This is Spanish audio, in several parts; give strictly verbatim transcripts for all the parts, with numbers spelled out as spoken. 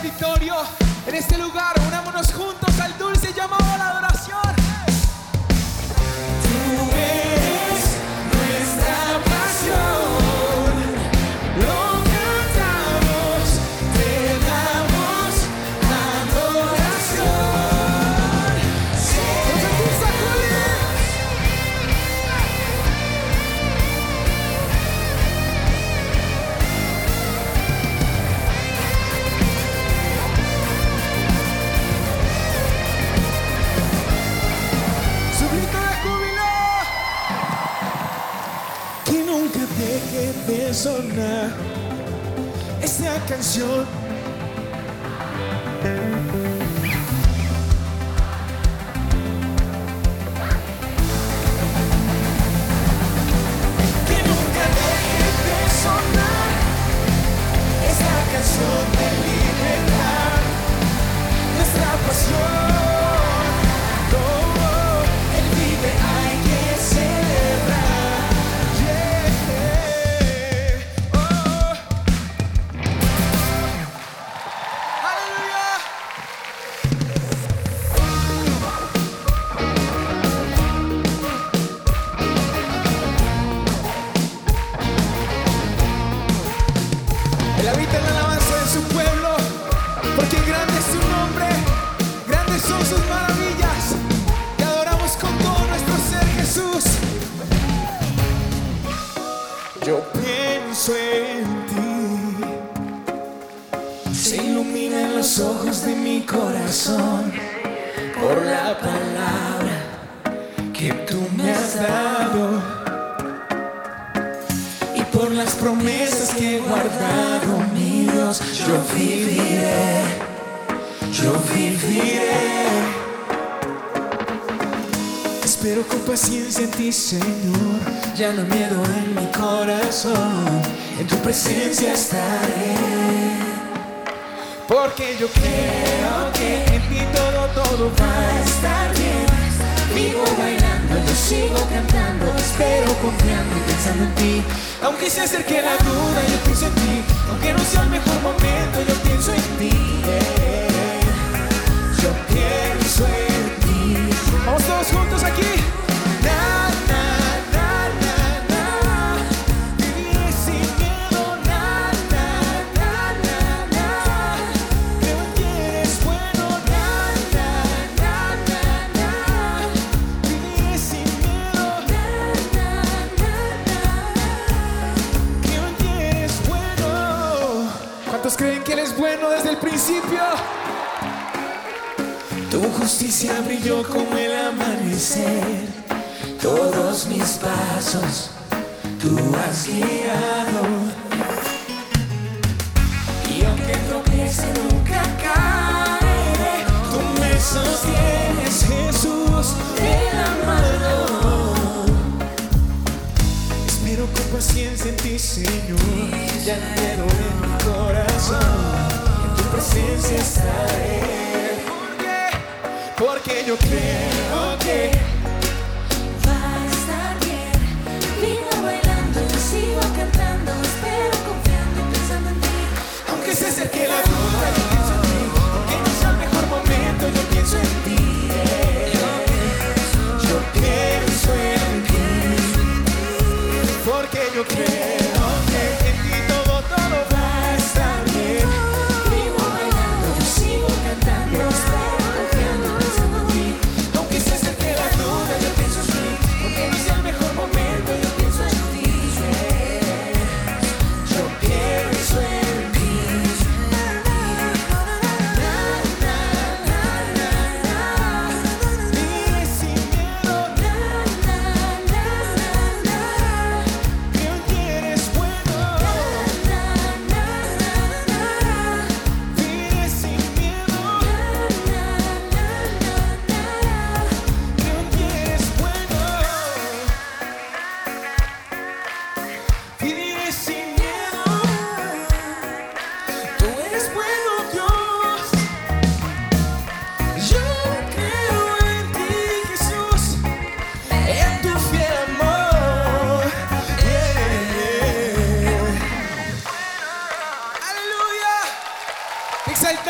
auditorio, en este lugar, unámonos juntos al dulce llamado a la adoración. Tú eres nuestra pasión, lo cantamos, te damos adoración. ¡Nos empieza a de sonar esta canción. Que nunca deje de sonar esta canción de libertad, nuestra pasión. Oh, Él vive, hay que celebrar. Él habita en la alabanza de su pueblo, porque grande es su nombre, grandes son sus maravillas. Te adoramos con todo nuestro ser, Jesús. Yo pienso en ti, se iluminan los ojos de mi corazón por la palabra que tú me has dado, por las promesas que he guardado, mi Dios. Yo viviré, yo viviré. Espero con paciencia en ti, Señor. Ya no hay miedo en mi corazón, en tu presencia estaré. Porque yo creo que en ti todo, todo va a estar bien. Vivo bailando, yo sigo cantando, espero confiando y pensando en ti. Aunque se acerque la duda, yo pienso en ti. Aunque no sea el mejor momento, yo pienso en ti. eh, Yo pienso en ti. Vamos todos juntos aquí. Na, na, na, na, na. Vivir sin miedo. Na, na, na, na, na. Creo en ti, eres bueno. Na, na, na, na, na. Vivir sin miedo. Na, na, na, na. ¿Cuántos creen que Él es bueno desde el principio? Tu justicia brilló como el amanecer. Todos mis pasos tú has guiado. Y aunque tropiece nunca caeré. Tú me sostienes, Jesús, de la mano. Espero con paciencia en ti, Señor. Ya no quiero en mi corazón, en tu presencia estaré. ¿Por qué? Porque yo creo que va a estar bien. Vivo bailando, yo sigo cantando, espero confiando y pensando en ti. aunque se acerque la duda, yo pienso en ti. Aunque no sea el mejor momento, yo pienso en ti. Yo pienso en ti, porque yo creo que en ti todo, todo va a estar bien. Vivo bailando, yo sigo cantando, espero confiando y pensando en ti. Aunque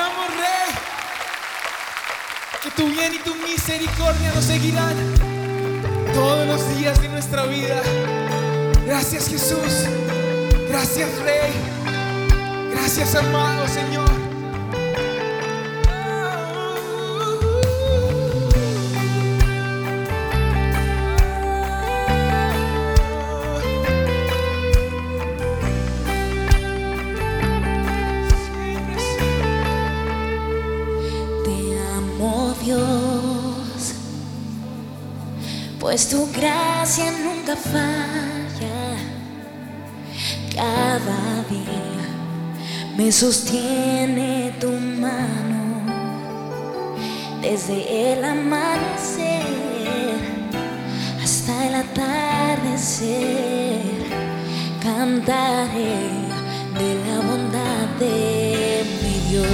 cantamos, Rey, que tu bien y tu misericordia nos seguirán todos los días de nuestra vida. Gracias, Jesús. Gracias, Rey. Gracias, amado Señor. Dios, pues tu gracia nunca falla. Cada día me sostiene tu mano, desde el amanecer hasta el atardecer. Cantaré de la bondad de mi Dios.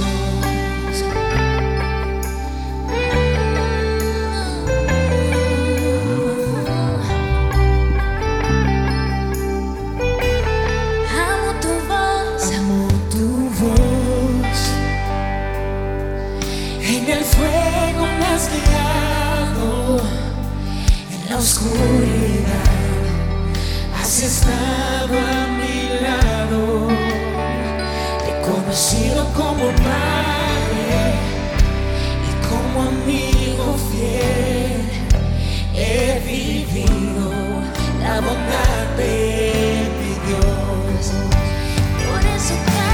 En el fuego me has guiado, en la oscuridad has estado a mi lado. Te he conocido como padre y como amigo fiel. He vivido la bondad de mi Dios. Por eso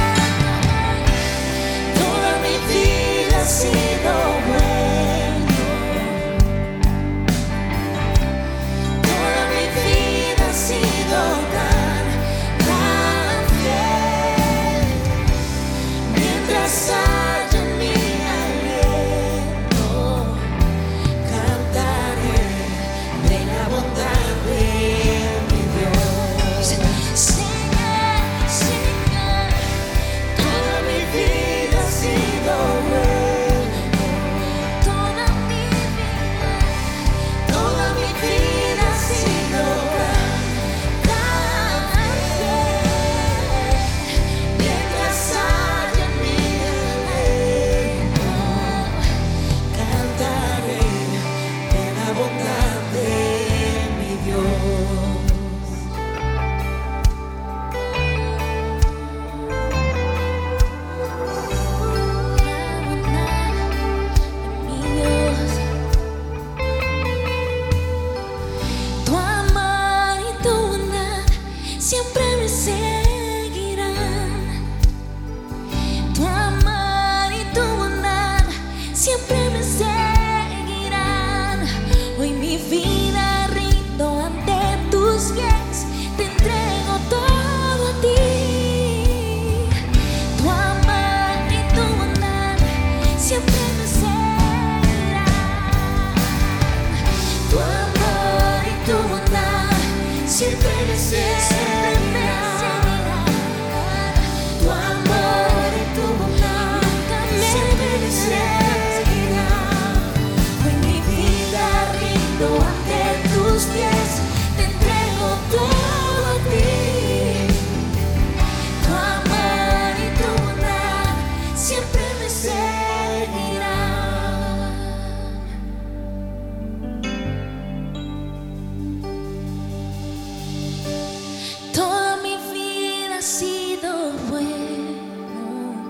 toda mi vida ha sido bueno, toda mi vida ha sido tan, tan fiel. Mientras haya en mi aliento, cantaré de la bondad de mi Dios. Señor, Señor, toda mi vida ha sido buena. Siempre me seguirán, tu amor y tu bondad siempre me seguirán. Hoy mi vida rindo ante tus pies, te entrego todo a ti. Tu amor y tu bondad siempre me seguirán. Tu amor y tu bondad siempre me seguirán. Toda mi vida ha sido bueno,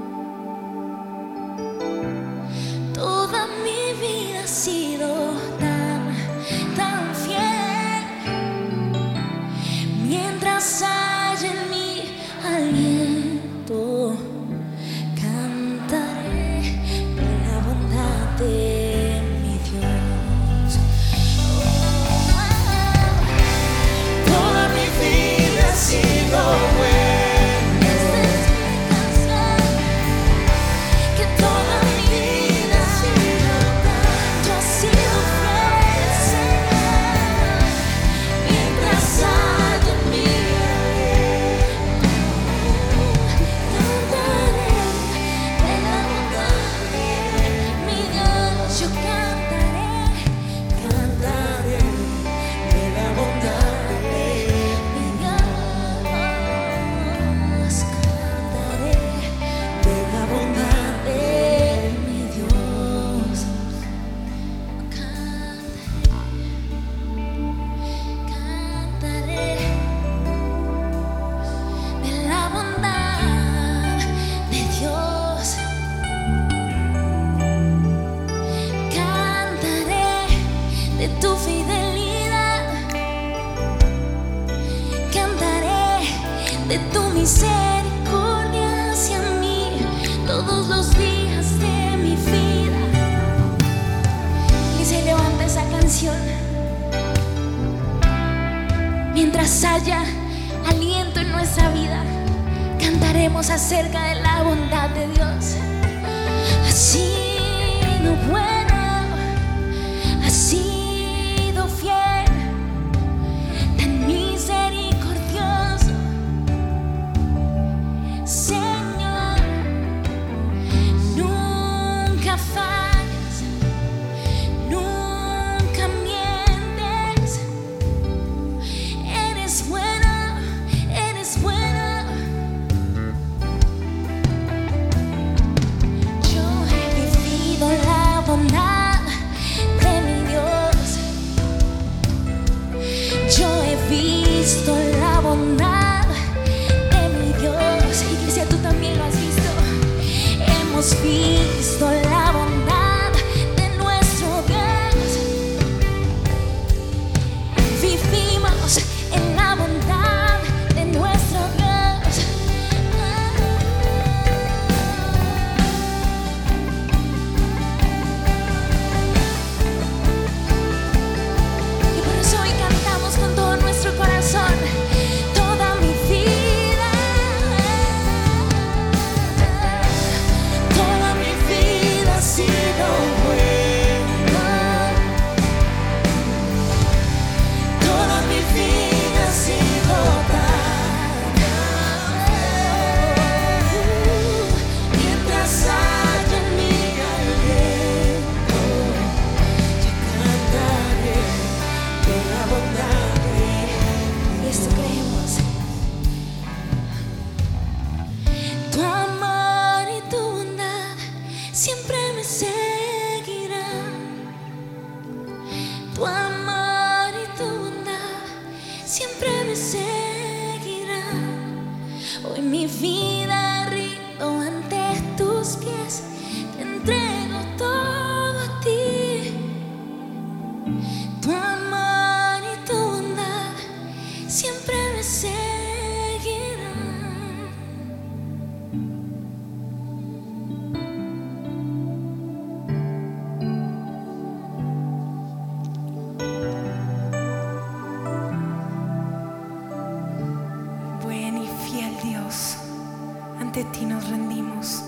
toda mi vida ha sido tan, tan fiel. Mientras haya en mi aliento, cantaré misericordia hacia mí todos los días de mi vida. Y se levanta esa canción. Mientras haya aliento en nuestra vida, cantaremos acerca de la bondad de Dios. Ha sido bueno, ha sido fiel, tan misericordioso, Señor. Nunca fallas, nunca mientes. Eres bueno, eres bueno. La bondad de mi Dios, yo he visto la bondad de mi Dios. Iglesia, tú también lo has visto. Hemos visto la bondad de nuestro Dios. Vivimos en la bondad de nuestro Dios. Toda mi vida, toda mi vida ha sido buena. Toda mi vida ha sido buena. Mientras haya en mí aliento, yo cantaré de la bondad. Esto creemos. Tu amor y tu bondad siempre me seguirán. Tu amor y tu bondad siempre me seguirán. Hoy mi vida rindo ante tus pies, te entrego todo a ti. Tu amor y tu bondad siempre me seguirán. Buen y fiel Dios, ante ti nos rendimos.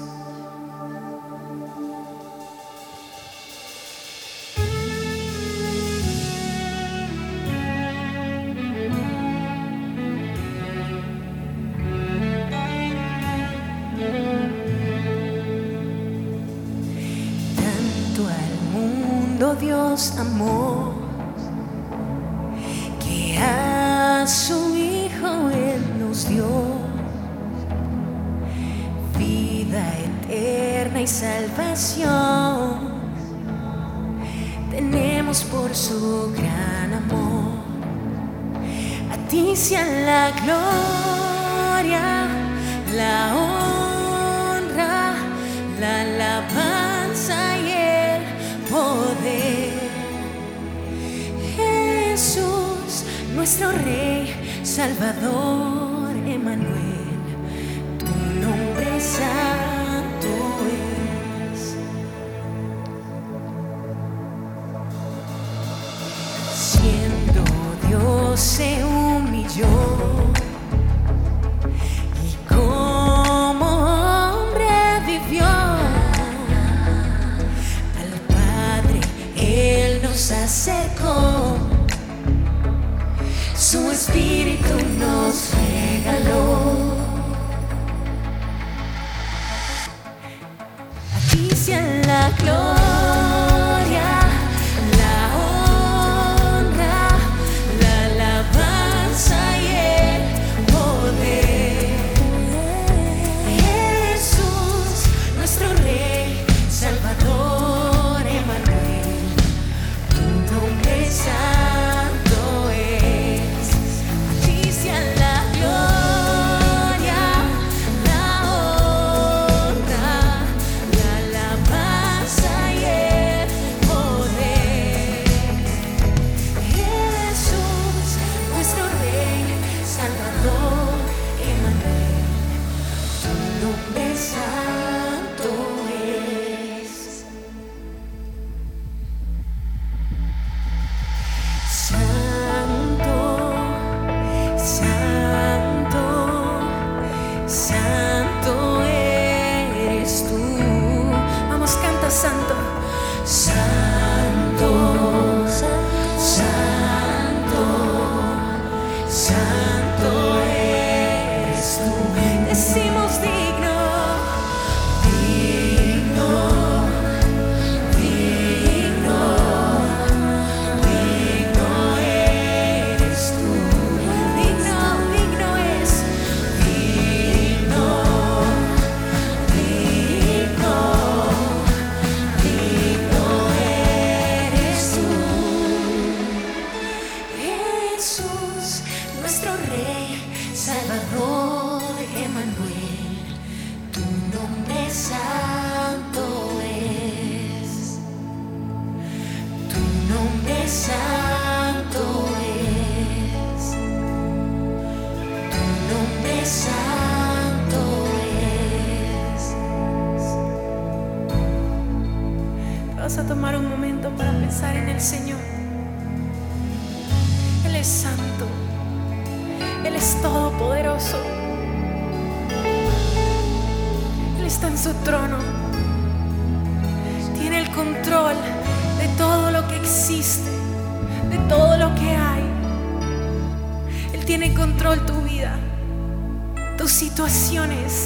Dios amó que a su Hijo Él nos dio vida eterna y salvación. Tenemos por su gran amor. A ti sea la gloria, la honra, la alabanza y el poder. Jesús, nuestro Rey, Salvador, Emmanuel, tu nombre santo es. Siendo Dios se humilló y como hombre vivió. Al Padre Él nos acercó, su Espíritu nos regaló. A ti sea la gloria, la honra, la alabanza y el poder. Jesús, nuestro Rey, Salvador, Emmanuel, tu nombre es santo es. A ti sea la gloria, la honra, la alabanza santo. Santo, santo, santo eres tú. Decimos digno, digno, digno, digno eres tú. Digno, digno es, digno, digno, digno eres tú. Jesús, nuestro Rey, Salvador, Emmanuel, tu nombre santo es, tu nombre santo es, tu nombre santo es. Vas a tomar un momento para pensar en el Señor. Él es santo, Él es todopoderoso, Él está en su trono, tiene el control de todo lo que existe, de todo lo que hay. Él tiene en control tu vida, tus situaciones.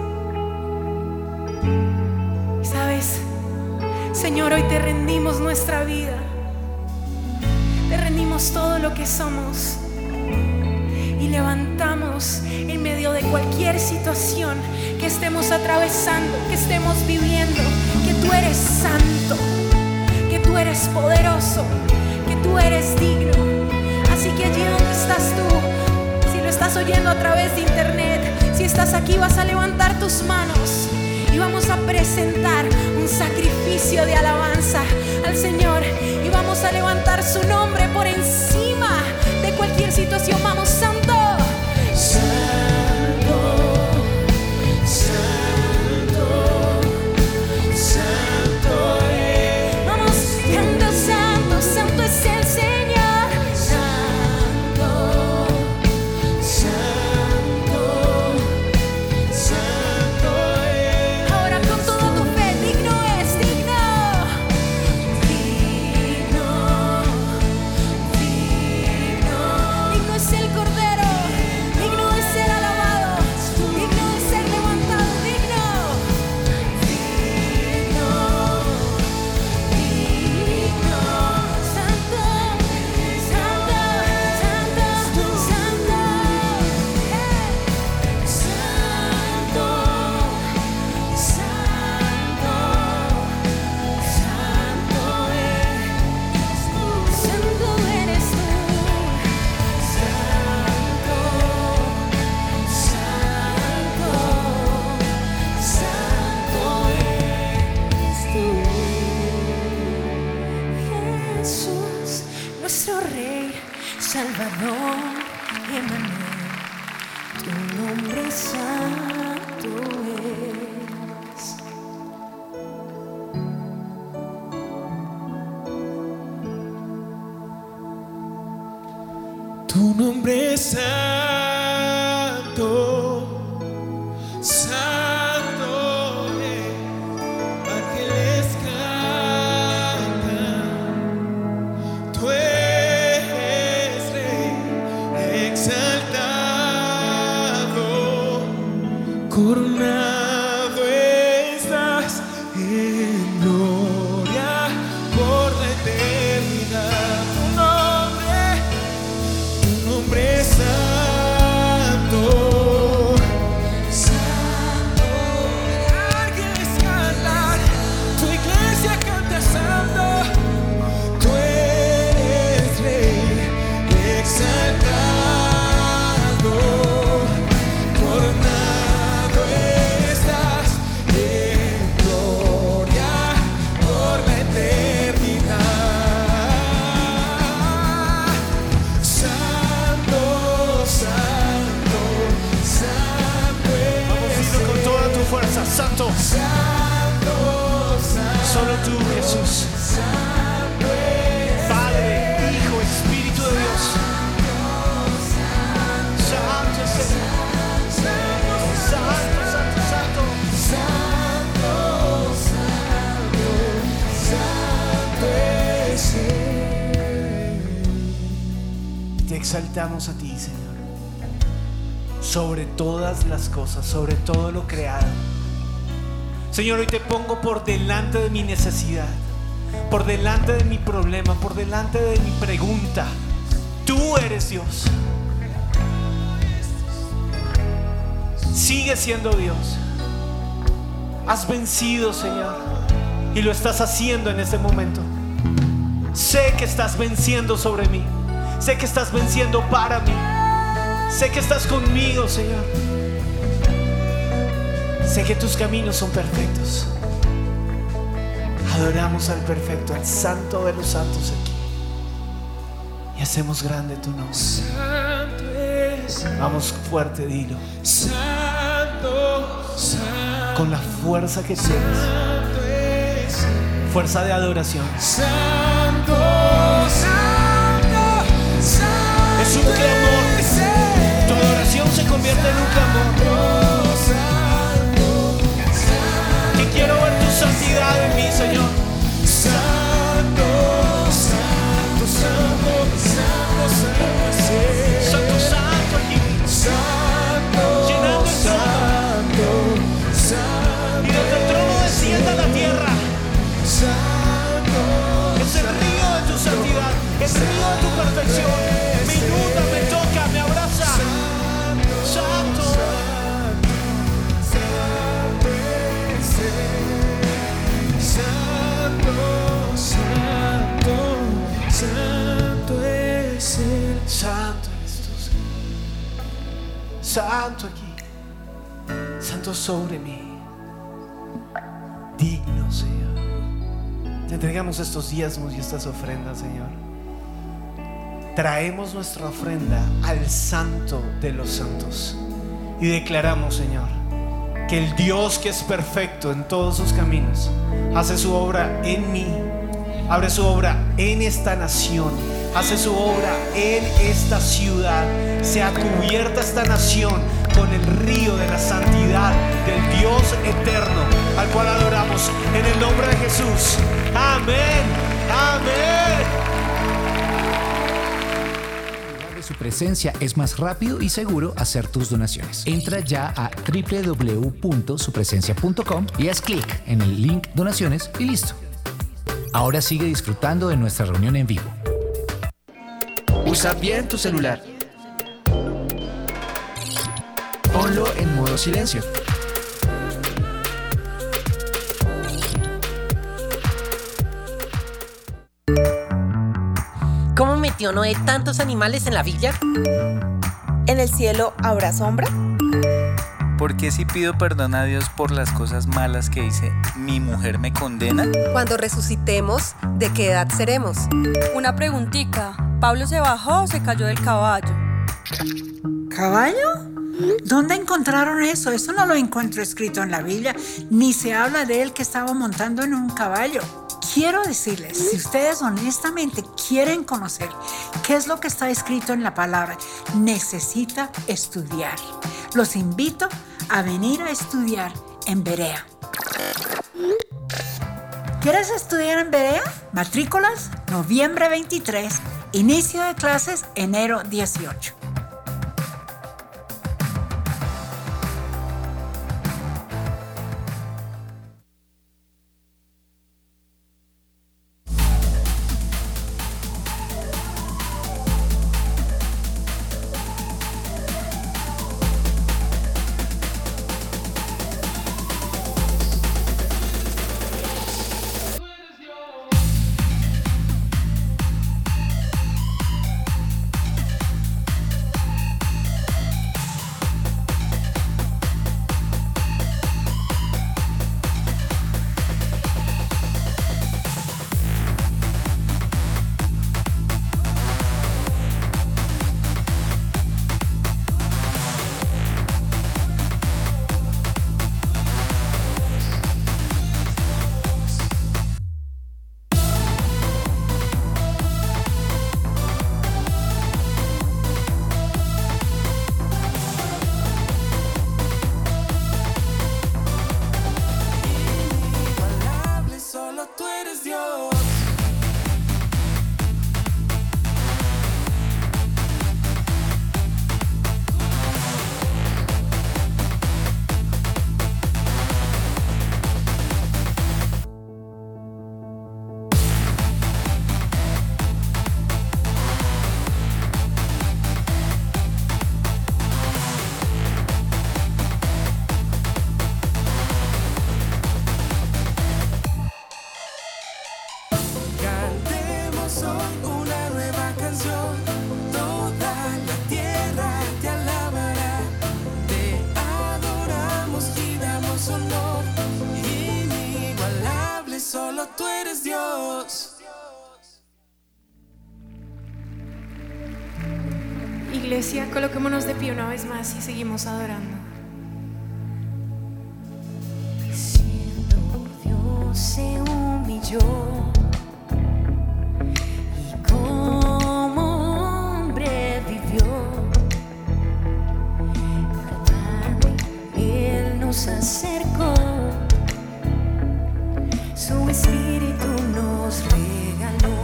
¿Sabes? Señor, hoy te rendimos nuestra vida, te rendimos todo lo que somos y levantamos en medio de cualquier situación que estemos atravesando, que estemos viviendo, que tú eres santo, que tú eres poderoso, que tú eres digno. Así que allí donde estás tú, si lo estás oyendo a través de internet, si estás aquí, vas a levantar tus manos y vamos a presentar un sacrificio de alabanza al Señor y vamos a levantar su nombre por encima de cualquier situación. Vamos, santo, santo, santo, santo es. Vamos, santo, santo, santo es el Señor. Santo, santo, santo es. Ahora con toda tu fe, digno es, digno, digno, digno, digno es el Cordero, digno de ser alabado, digno de ser levantado, digno, digno, digno, santo, santo, santo, santo, eh, santo, santo, santo eres tú, santo eres tú, santo, santo, santo eres tú. Jesús, nuestro Rey, Salvador, Emmanuel, tu nombre santo es. Tu nombre es santo, santo es. Ángeles cantan, tú eres Rey, exaltado, coronado estás en gloria por la eternidad. Tu nombre, tu nombre es santo, santo. Ángeles cantan, tu iglesia canta santo, tú eres Rey, exaltado, coronado estás en gloria por la eternidad. Santo, santo, santo es. Vamos a decirlo con toda tu fuerza, santo. Santo, santo, Solo tú, Jesús. santo es. Padre, Hijo, Espíritu de Dios. Santo es el Santo, santo, santo. Santo, santo exaltamos a ti, Señor, sobre todas las cosas, sobre todo lo creado. Señor, hoy te pongo por delante de mi necesidad, por delante de mi problema, por delante de mi pregunta. Tú eres Dios. Sigue siendo Dios. Has vencido, Señor, y lo estás haciendo en este momento. Sé que estás venciendo sobre mí. Sé que estás venciendo para mí. Sé que estás conmigo, Señor. Sé que tus caminos son perfectos. Adoramos al perfecto, al santo de los santos aquí. Y hacemos grande tu nombre. Santo es, Vamos fuerte, dilo. santo, santo, Con la fuerza que tienes. santo es, Fuerza de adoración. santo, santo, santo. Es un clamor. Tu adoración se convierte en un clamor. Que quiero ver tu santidad en mí, Señor. Santo, santo, santo, santo, santo, Santo, santo aquí. santo, Llenando el santo, santo, Y desde el trono descienda a la tierra. santo, Es el río de tu santidad. Es el río de tu perfección. Me inunda, me toca, me abraza. Santo. santo, santo, santo es el Santo eres tú, Señor. Santo aquí. Santo sobre mí. Digno, Señor. Te entregamos estos diezmos y estas ofrendas, Señor. Traemos nuestra ofrenda al Santo de los santos y declaramos, Señor, que el Dios que es perfecto en todos sus caminos hace su obra en mí, abre su obra en esta nación, hace su obra en esta ciudad. Sea cubierta esta nación con el río de la santidad del Dios eterno, al cual adoramos en el nombre de Jesús. Amén, amén. Su presencia es más rápido y seguro hacer tus donaciones. Entra ya a doble u doble u doble u punto su presencia punto com y haz clic en el link donaciones y listo. Ahora sigue disfrutando de nuestra reunión en vivo. Usa bien tu celular. Ponlo en modo silencio. ¿Cómo metió Noé tantos animales en la villa? ¿En el cielo habrá sombra? ¿Por qué si pido perdón a Dios por las cosas malas que hice, mi mujer me condena? Cuando resucitemos, ¿de qué edad seremos? Una preguntita, ¿Pablo se bajó o se cayó del caballo? ¿Caballo? ¿Dónde encontraron eso? Eso no lo encuentro escrito en la Biblia, ni se habla de él que estaba montando en un caballo. Quiero decirles, si ustedes honestamente quieren conocer qué es lo que está escrito en la palabra, necesita estudiar. Los invito a venir a estudiar en Berea. ¿Quieres estudiar en Berea? Matrículas, noviembre veintitrés, inicio de clases, enero dieciocho. solo tú eres Dios. Iglesia, coloquémonos de pie una vez más y seguimos adorando. Siendo Dios se humilló y como hombre vivió. Al Padre Él nos acercó, su Espíritu nos regaló.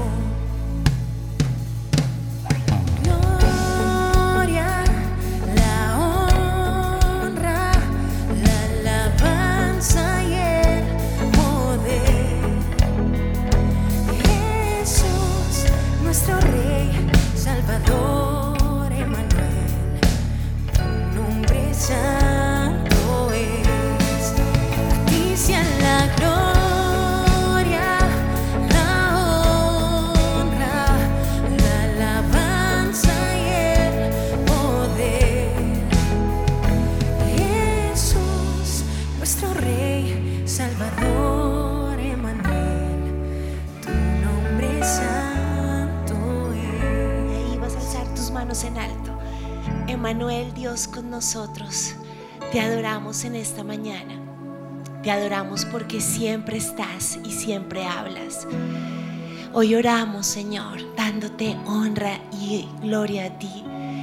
Salvador Emanuel, tu nombre santo es. A ti sea la gloria, la honra, la alabanza y el poder. Jesús, nuestro Rey, Salvador Emanuel, tu nombre santo. Manos en alto. Emanuel, Dios con nosotros, te adoramos en esta mañana. Te adoramos porque siempre estás y siempre hablas. Hoy oramos, Señor, dándote honra y gloria a ti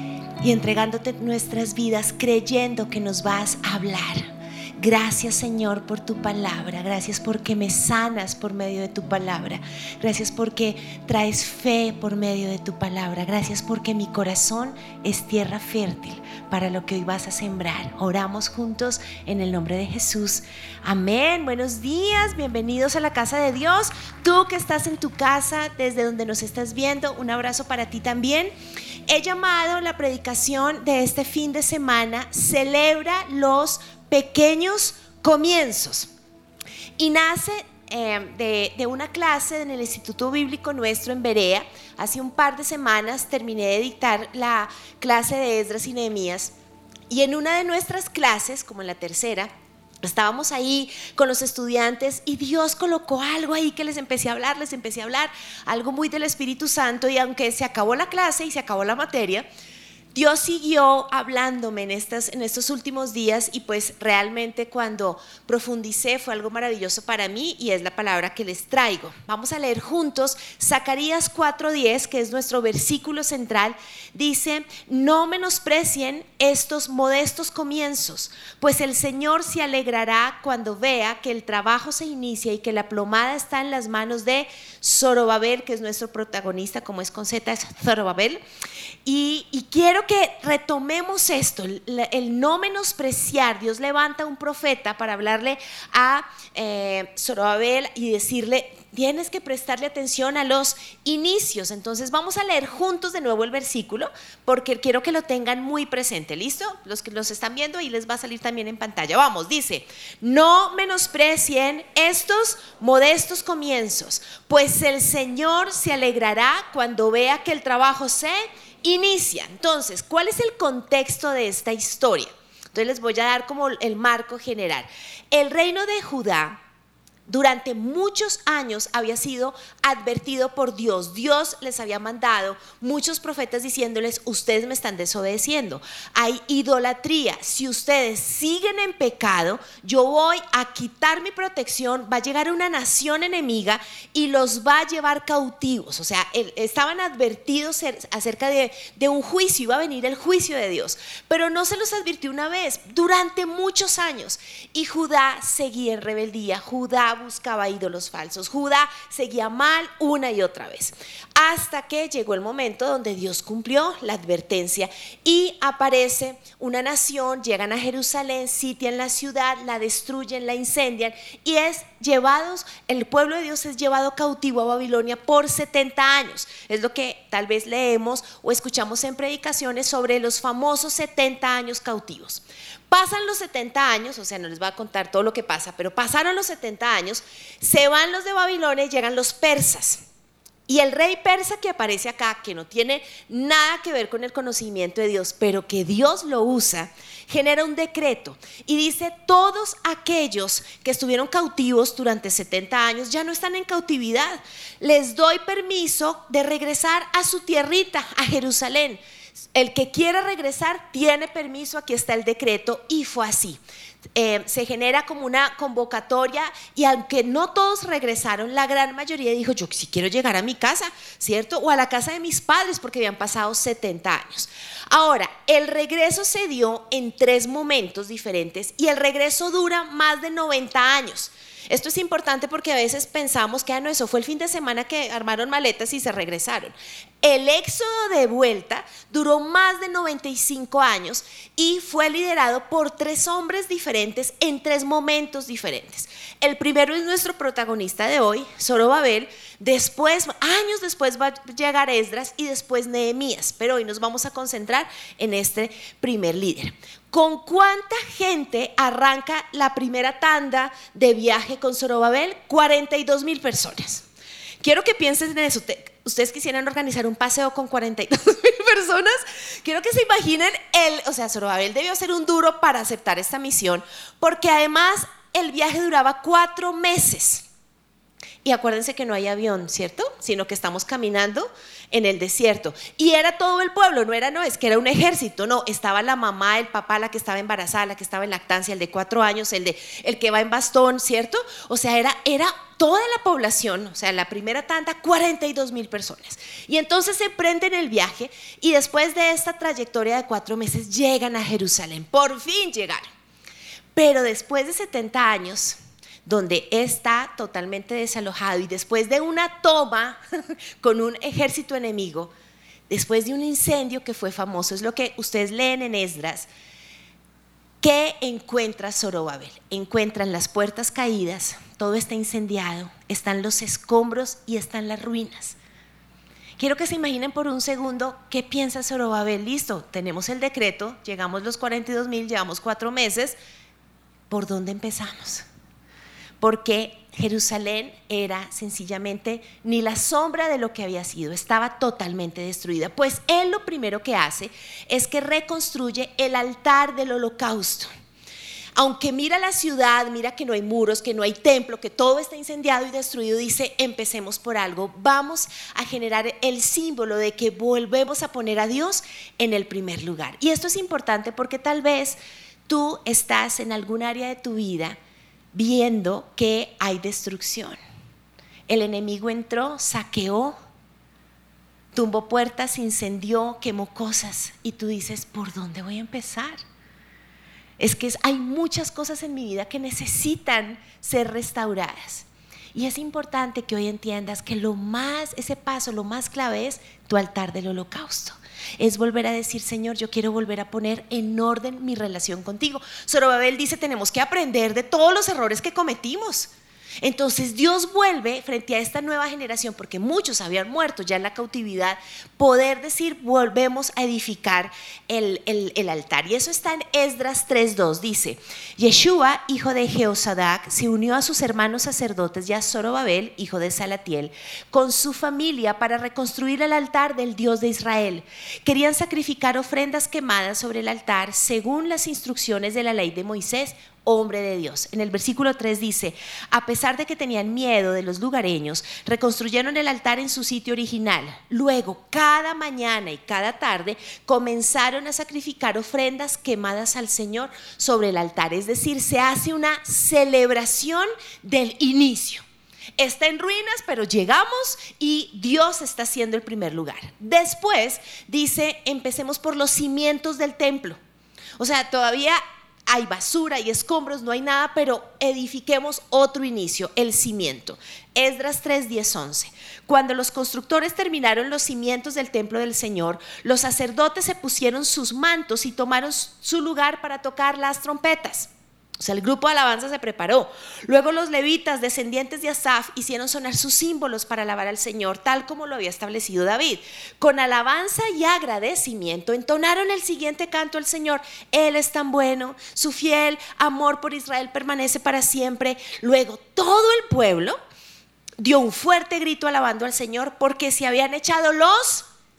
y entregándote nuestras vidas, creyendo que nos vas a hablar. Gracias, Señor, por tu palabra. Gracias porque me sanas por medio de tu palabra. Gracias porque traes fe por medio de tu palabra. Gracias porque mi corazón es tierra fértil para lo que hoy vas a sembrar. Oramos juntos en el nombre de Jesús. Amén. Buenos días. Bienvenidos a la casa de Dios. Tú que estás en tu casa, desde donde nos estás viendo, un abrazo para ti también. He llamado la predicación de este fin de semana Celebra los pequeños comienzos, y nace eh, de, de una clase en el Instituto Bíblico nuestro en Berea. Hace un par de semanas terminé de dictar la clase de Esdras y Nehemías, y en una de nuestras clases, como en la tercera, estábamos ahí con los estudiantes y Dios colocó algo ahí que les empecé a hablar, les empecé a hablar algo muy del Espíritu Santo, y aunque se acabó la clase y se acabó la materia, Dios siguió hablándome en, estas, en estos últimos días, y pues realmente cuando profundicé fue algo maravilloso para mí, y es la palabra que les traigo. Vamos a leer juntos Zacarías cuatro diez, que es nuestro versículo central. Dice: no menosprecien estos modestos comienzos, pues el Señor se alegrará cuando vea que el trabajo se inicia y que la plomada está en las manos de Zorobabel, que es nuestro protagonista, como es con Z, es Zorobabel. Y, y quiero que retomemos esto, el, el no menospreciar. Dios levanta un profeta para hablarle a eh, Zorobabel y decirle: tienes que prestarle atención a los inicios. Entonces vamos a leer juntos de nuevo el versículo, porque quiero que lo tengan muy presente. ¿Listo? Los que los están viendo, ahí les va a salir también en pantalla. Vamos, dice: no menosprecien estos modestos comienzos, pues el Señor se alegrará cuando vea que el trabajo se inicia. Entonces, ¿cuál es el contexto de esta historia? Entonces les voy a dar como el marco general. El reino de Judá durante muchos años había sido advertido por Dios. Dios les había mandado muchos profetas diciéndoles: ustedes me están desobedeciendo, hay idolatría, si ustedes siguen en pecado, yo voy a quitar mi protección, va a llegar una nación enemiga y los va a llevar cautivos. O sea, estaban advertidos acerca de, de un juicio, iba a venir el juicio de Dios, pero no se los advirtió una vez, durante muchos años. Y Judá seguía en rebeldía, Judá buscaba ídolos falsos, Judá seguía mal una y otra vez, hasta que llegó el momento donde Dios cumplió la advertencia y aparece una nación, llegan a Jerusalén, sitian la ciudad, la destruyen, la incendian, y es llevados, el pueblo de Dios es llevado cautivo a Babilonia por setenta años. Es lo que tal vez leemos o escuchamos en predicaciones sobre los famosos setenta años cautivos. Pasan los setenta años, o sea, no les voy a contar todo lo que pasa, pero pasaron los setenta años, se van los de Babilonia y llegan los persas. Y el rey persa que aparece acá, que no tiene nada que ver con el conocimiento de Dios, pero que Dios lo usa, genera un decreto y dice: todos aquellos que estuvieron cautivos durante setenta años ya no están en cautividad. Les doy permiso de regresar a su tierrita, a Jerusalén. El que quiera regresar tiene permiso, aquí está el decreto, y fue así. Eh, se genera como una convocatoria y aunque no todos regresaron, la gran mayoría dijo: yo sí quiero llegar a mi casa, ¿cierto? O a la casa de mis padres, porque habían pasado setenta años. Ahora, el regreso se dio en tres momentos diferentes y el regreso dura más de noventa años. Esto es importante porque a veces pensamos que ah, no, eso fue el fin de semana que armaron maletas y se regresaron. El éxodo de vuelta duró más de noventa y cinco años y fue liderado por tres hombres diferentes en tres momentos diferentes. El primero es nuestro protagonista de hoy, Zorobabel. Después, años después va a llegar Esdras y después Nehemías, pero hoy nos vamos a concentrar en este primer líder. ¿Con cuánta gente arranca la primera tanda de viaje con Zorobabel? cuarenta y dos mil personas. Quiero que piensen en eso. Ustedes quisieran organizar un paseo con cuarenta y dos mil personas. Quiero que se imaginen, el, o sea, Zorobabel debió ser un duro para aceptar esta misión, porque además el viaje duraba cuatro meses. Y acuérdense que no hay avión, ¿cierto? Sino que estamos caminando en el desierto. Y era todo el pueblo, no era, no, es que era un ejército, no, estaba la mamá, el papá, la que estaba embarazada, la que estaba en lactancia, el de cuatro años, el, de, el que va en bastón, ¿cierto? O sea, era, era toda la población, o sea, la primera tanda, cuarenta y dos mil personas. Y entonces se emprenden el viaje y después de esta trayectoria de cuatro meses llegan a Jerusalén, por fin llegaron. Pero después de setenta años, donde está totalmente desalojado y después de una toma con un ejército enemigo, después de un incendio que fue famoso, es lo que ustedes leen en Esdras, ¿qué encuentra Zorobabel? Encuentran las puertas caídas, todo está incendiado, están los escombros y están las ruinas. Quiero que se imaginen por un segundo qué piensa Zorobabel. Listo, tenemos el decreto, llegamos los cuarenta y dos mil, llevamos cuatro meses, ¿por dónde empezamos? Porque Jerusalén era sencillamente ni la sombra de lo que había sido, estaba totalmente destruida. Pues él lo primero que hace es que reconstruye el altar del holocausto. Aunque mira la ciudad, mira que no hay muros, que no hay templo, que todo está incendiado y destruido, dice: empecemos por algo, vamos a generar el símbolo de que volvemos a poner a Dios en el primer lugar. Y esto es importante porque tal vez tú estás en algún área de tu vida viendo que hay destrucción. El enemigo entró, saqueó, tumbó puertas, incendió, quemó cosas y tú dices: ¿por dónde voy a empezar? Es que hay muchas cosas en mi vida que necesitan ser restauradas. Y es importante que hoy entiendas que lo más, ese paso, lo más clave es tu altar del holocausto. Es volver a decir: Señor, yo quiero volver a poner en orden mi relación contigo. Zorobabel dice: tenemos que aprender de todos los errores que cometimos. Entonces Dios vuelve frente a esta nueva generación, porque muchos habían muerto ya en la cautividad, poder decir: volvemos a edificar el, el, el altar. Y eso está en Esdras tres dos. Dice: Yeshua, hijo de Jehosadac, se unió a sus hermanos sacerdotes y a Zorobabel, hijo de Salatiel, con su familia para reconstruir el altar del Dios de Israel. Querían sacrificar ofrendas quemadas sobre el altar según las instrucciones de la ley de Moisés, hombre de Dios. En el versículo tres dice: a pesar de que tenían miedo de los lugareños, reconstruyeron el altar en su sitio original. Luego, cada mañana y cada tarde, comenzaron a sacrificar ofrendas quemadas al Señor sobre el altar. Es decir, se hace una celebración del inicio. Está en ruinas, pero llegamos y Dios está haciendo el primer lugar. Después dice: empecemos por los cimientos del templo. O sea, todavía hay basura y escombros, no hay nada, pero edifiquemos otro inicio, el cimiento. Esdras tres, diez, once. Cuando los constructores terminaron los cimientos del templo del Señor, los sacerdotes se pusieron sus mantos y tomaron su lugar para tocar las trompetas. O sea, el grupo de alabanza se preparó. Luego los levitas, descendientes de Asaf, hicieron sonar sus símbolos para alabar al Señor, tal como lo había establecido David. Con alabanza y agradecimiento entonaron el siguiente canto al Señor: Él es tan bueno, su fiel amor por Israel permanece para siempre. Luego todo el pueblo dio un fuerte grito alabando al Señor, porque se habían echado los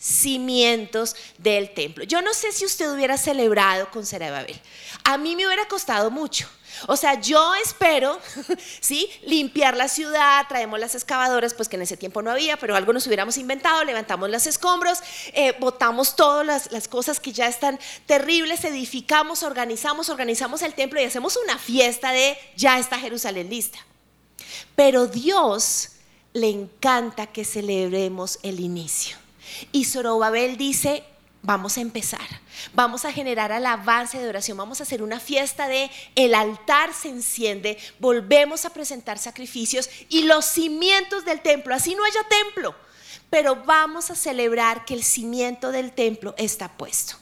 cimientos del templo. Yo no sé si usted hubiera celebrado con Zorobabel. A mí me hubiera costado mucho. O sea, yo espero, ¿sí?, limpiar la ciudad, traemos las excavadoras, pues que en ese tiempo no había, pero algo nos hubiéramos inventado, levantamos los escombros, eh, botamos todas las, las cosas que ya están terribles, edificamos, organizamos, organizamos el templo y hacemos una fiesta de ya está Jerusalén lista. Pero Dios le encanta que celebremos el inicio. Y Zorobabel dice: vamos a empezar, vamos a generar alabanza y adoración, vamos a hacer una fiesta de el altar se enciende, volvemos a presentar sacrificios y los cimientos del templo, así no haya templo, pero vamos a celebrar que el cimiento del templo está puesto.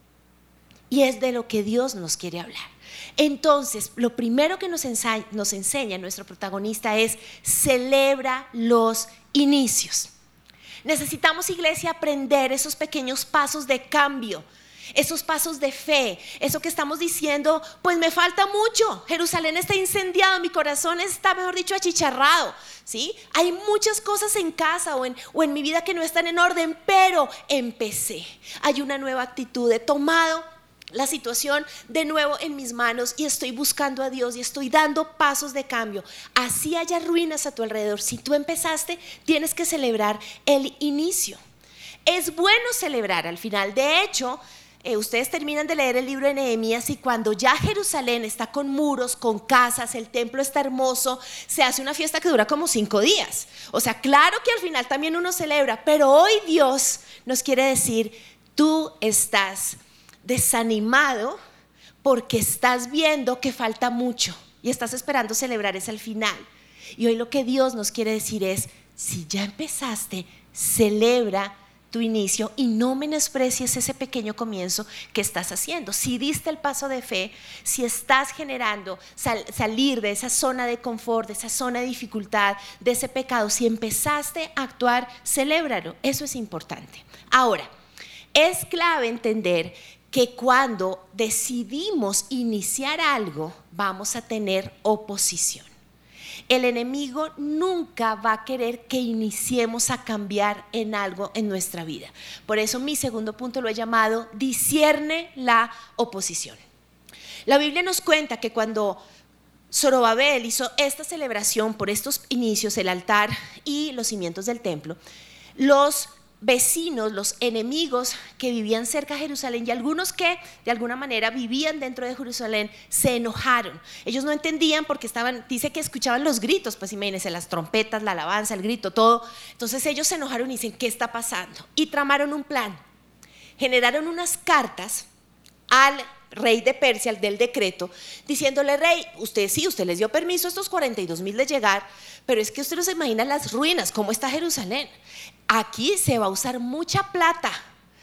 Y es de lo que Dios nos quiere hablar. Entonces, lo primero que nos enseña, nos enseña nuestro protagonista es: celebra los inicios. Necesitamos, iglesia, aprender esos pequeños pasos de cambio, esos pasos de fe, eso que estamos diciendo, pues me falta mucho, Jerusalén está incendiado, mi corazón está, mejor dicho, achicharrado, ¿sí? Hay muchas cosas en casa o en, o en mi vida que no están en orden, pero empecé, hay una nueva actitud, he tomado la situación de nuevo en mis manos y estoy buscando a Dios y estoy dando pasos de cambio. Así haya ruinas a tu alrededor, si tú empezaste, tienes que celebrar el inicio. Es bueno celebrar al final. De hecho, eh, ustedes terminan de leer el libro de Nehemías y cuando ya Jerusalén está con muros, con casas, el templo está hermoso, se hace una fiesta que dura como cinco días. O sea, claro que al final también uno celebra, pero hoy Dios nos quiere decir: tú estás desanimado porque estás viendo que falta mucho y estás esperando celebrar es al final. Y hoy lo que Dios nos quiere decir es: si ya empezaste, celebra tu inicio y no menosprecies ese pequeño comienzo que estás haciendo. Si diste el paso de fe, si estás generando sal, salir de esa zona de confort, de esa zona de dificultad, de ese pecado, si empezaste a actuar, celébralo. Eso es importante. Ahora, es clave entender que cuando decidimos iniciar algo, vamos a tener oposición. El enemigo nunca va a querer que iniciemos a cambiar en algo en nuestra vida. Por eso mi segundo punto lo he llamado: discierne la oposición. La Biblia nos cuenta que cuando Zorobabel hizo esta celebración por estos inicios, el altar y los cimientos del templo, los vecinos, los enemigos que vivían cerca de Jerusalén y algunos que de alguna manera vivían dentro de Jerusalén se enojaron. Ellos no entendían porque estaban, dice que escuchaban los gritos, pues imagínense, las trompetas, la alabanza, el grito, todo. Entonces ellos se enojaron y dicen: ¿qué está pasando? Y tramaron un plan. Generaron unas cartas al rey de Persia, al del decreto, diciéndole: rey, usted sí, usted les dio permiso a estos cuarenta y dos mil de llegar, pero es que usted no se imagina las ruinas, cómo está Jerusalén. Aquí se va a usar mucha plata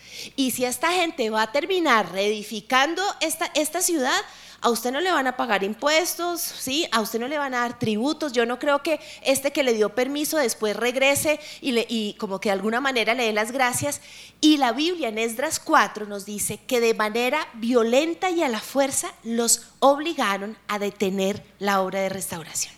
y si esta gente va a terminar reedificando esta, esta ciudad, a usted no le van a pagar impuestos, ¿sí? A usted no le van a dar tributos. Yo no creo que este que le dio permiso después regrese y, le, y como que de alguna manera le dé las gracias. Y la Biblia en Esdras cuatro nos dice que de manera violenta y a la fuerza los obligaron a detener la obra de restauración.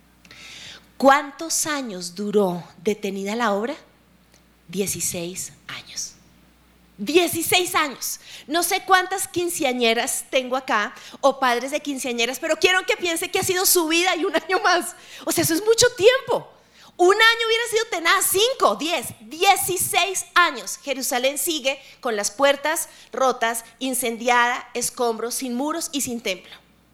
¿Cuántos años duró detenida la obra? dieciséis años. dieciséis años. No sé cuántas quinceañeras tengo acá o padres de quinceañeras, pero quiero que piense que ha sido su vida y un año más. O sea, eso es mucho tiempo. Un año hubiera sido tenaz, cinco, diez, dieciséis años. Jerusalén sigue con las puertas rotas, incendiada, escombros, sin muros y sin templo.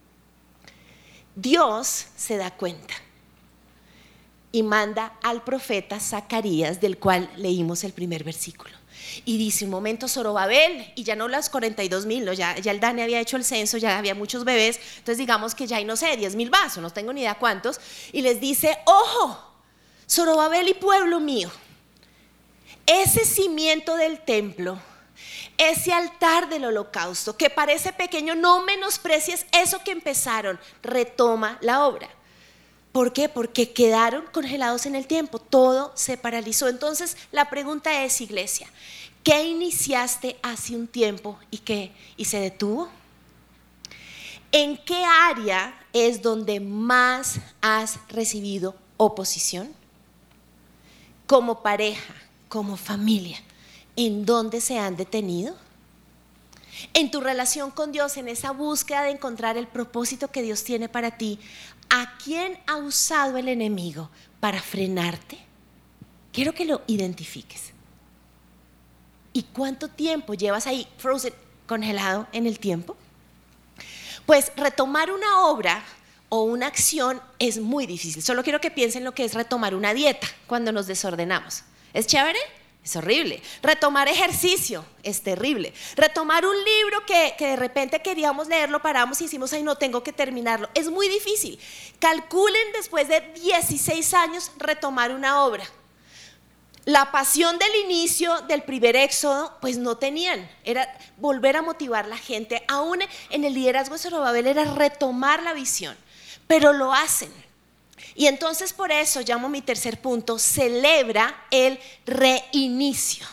Dios se da cuenta y manda al profeta Zacarías, del cual leímos el primer versículo. Y dice: un momento, Zorobabel, y ya no las cuarenta y dos mil, ¿no? ya, ya el DANE había hecho el censo, ya había muchos bebés, entonces digamos que ya hay, no sé, diez mil vasos, no tengo ni idea cuántos, y les dice: ojo, Zorobabel y pueblo mío, ese cimiento del templo, ese altar del holocausto, que parece pequeño, no menosprecies eso que empezaron, retoma la obra. ¿Por qué? Porque quedaron congelados en el tiempo, todo se paralizó. Entonces la pregunta es, iglesia, ¿qué iniciaste hace un tiempo y, qué, y se detuvo? ¿En qué área es donde más has recibido oposición? Como pareja, como familia, en dónde se han detenido? En tu relación con Dios, en esa búsqueda de encontrar el propósito que Dios tiene para ti, ¿a quién ha usado el enemigo para frenarte? Quiero que lo identifiques. ¿Y cuánto tiempo llevas ahí frozen, congelado en el tiempo? Pues retomar una obra o una acción es muy difícil. Solo quiero que piensen lo que es retomar una dieta cuando nos desordenamos. ¿Es chévere? Es horrible. Retomar ejercicio es terrible. Retomar un libro que, que de repente queríamos leerlo, paramos y decimos, ay, no, tengo que terminarlo. Es muy difícil. Calculen después de dieciséis años retomar una obra. La pasión del inicio del primer éxodo, pues no tenían. Era volver a motivar a la gente. Aún en el liderazgo de Zorobabel era retomar la visión. Pero lo hacen. Y entonces por eso llamo mi tercer punto, celebra el reinicio.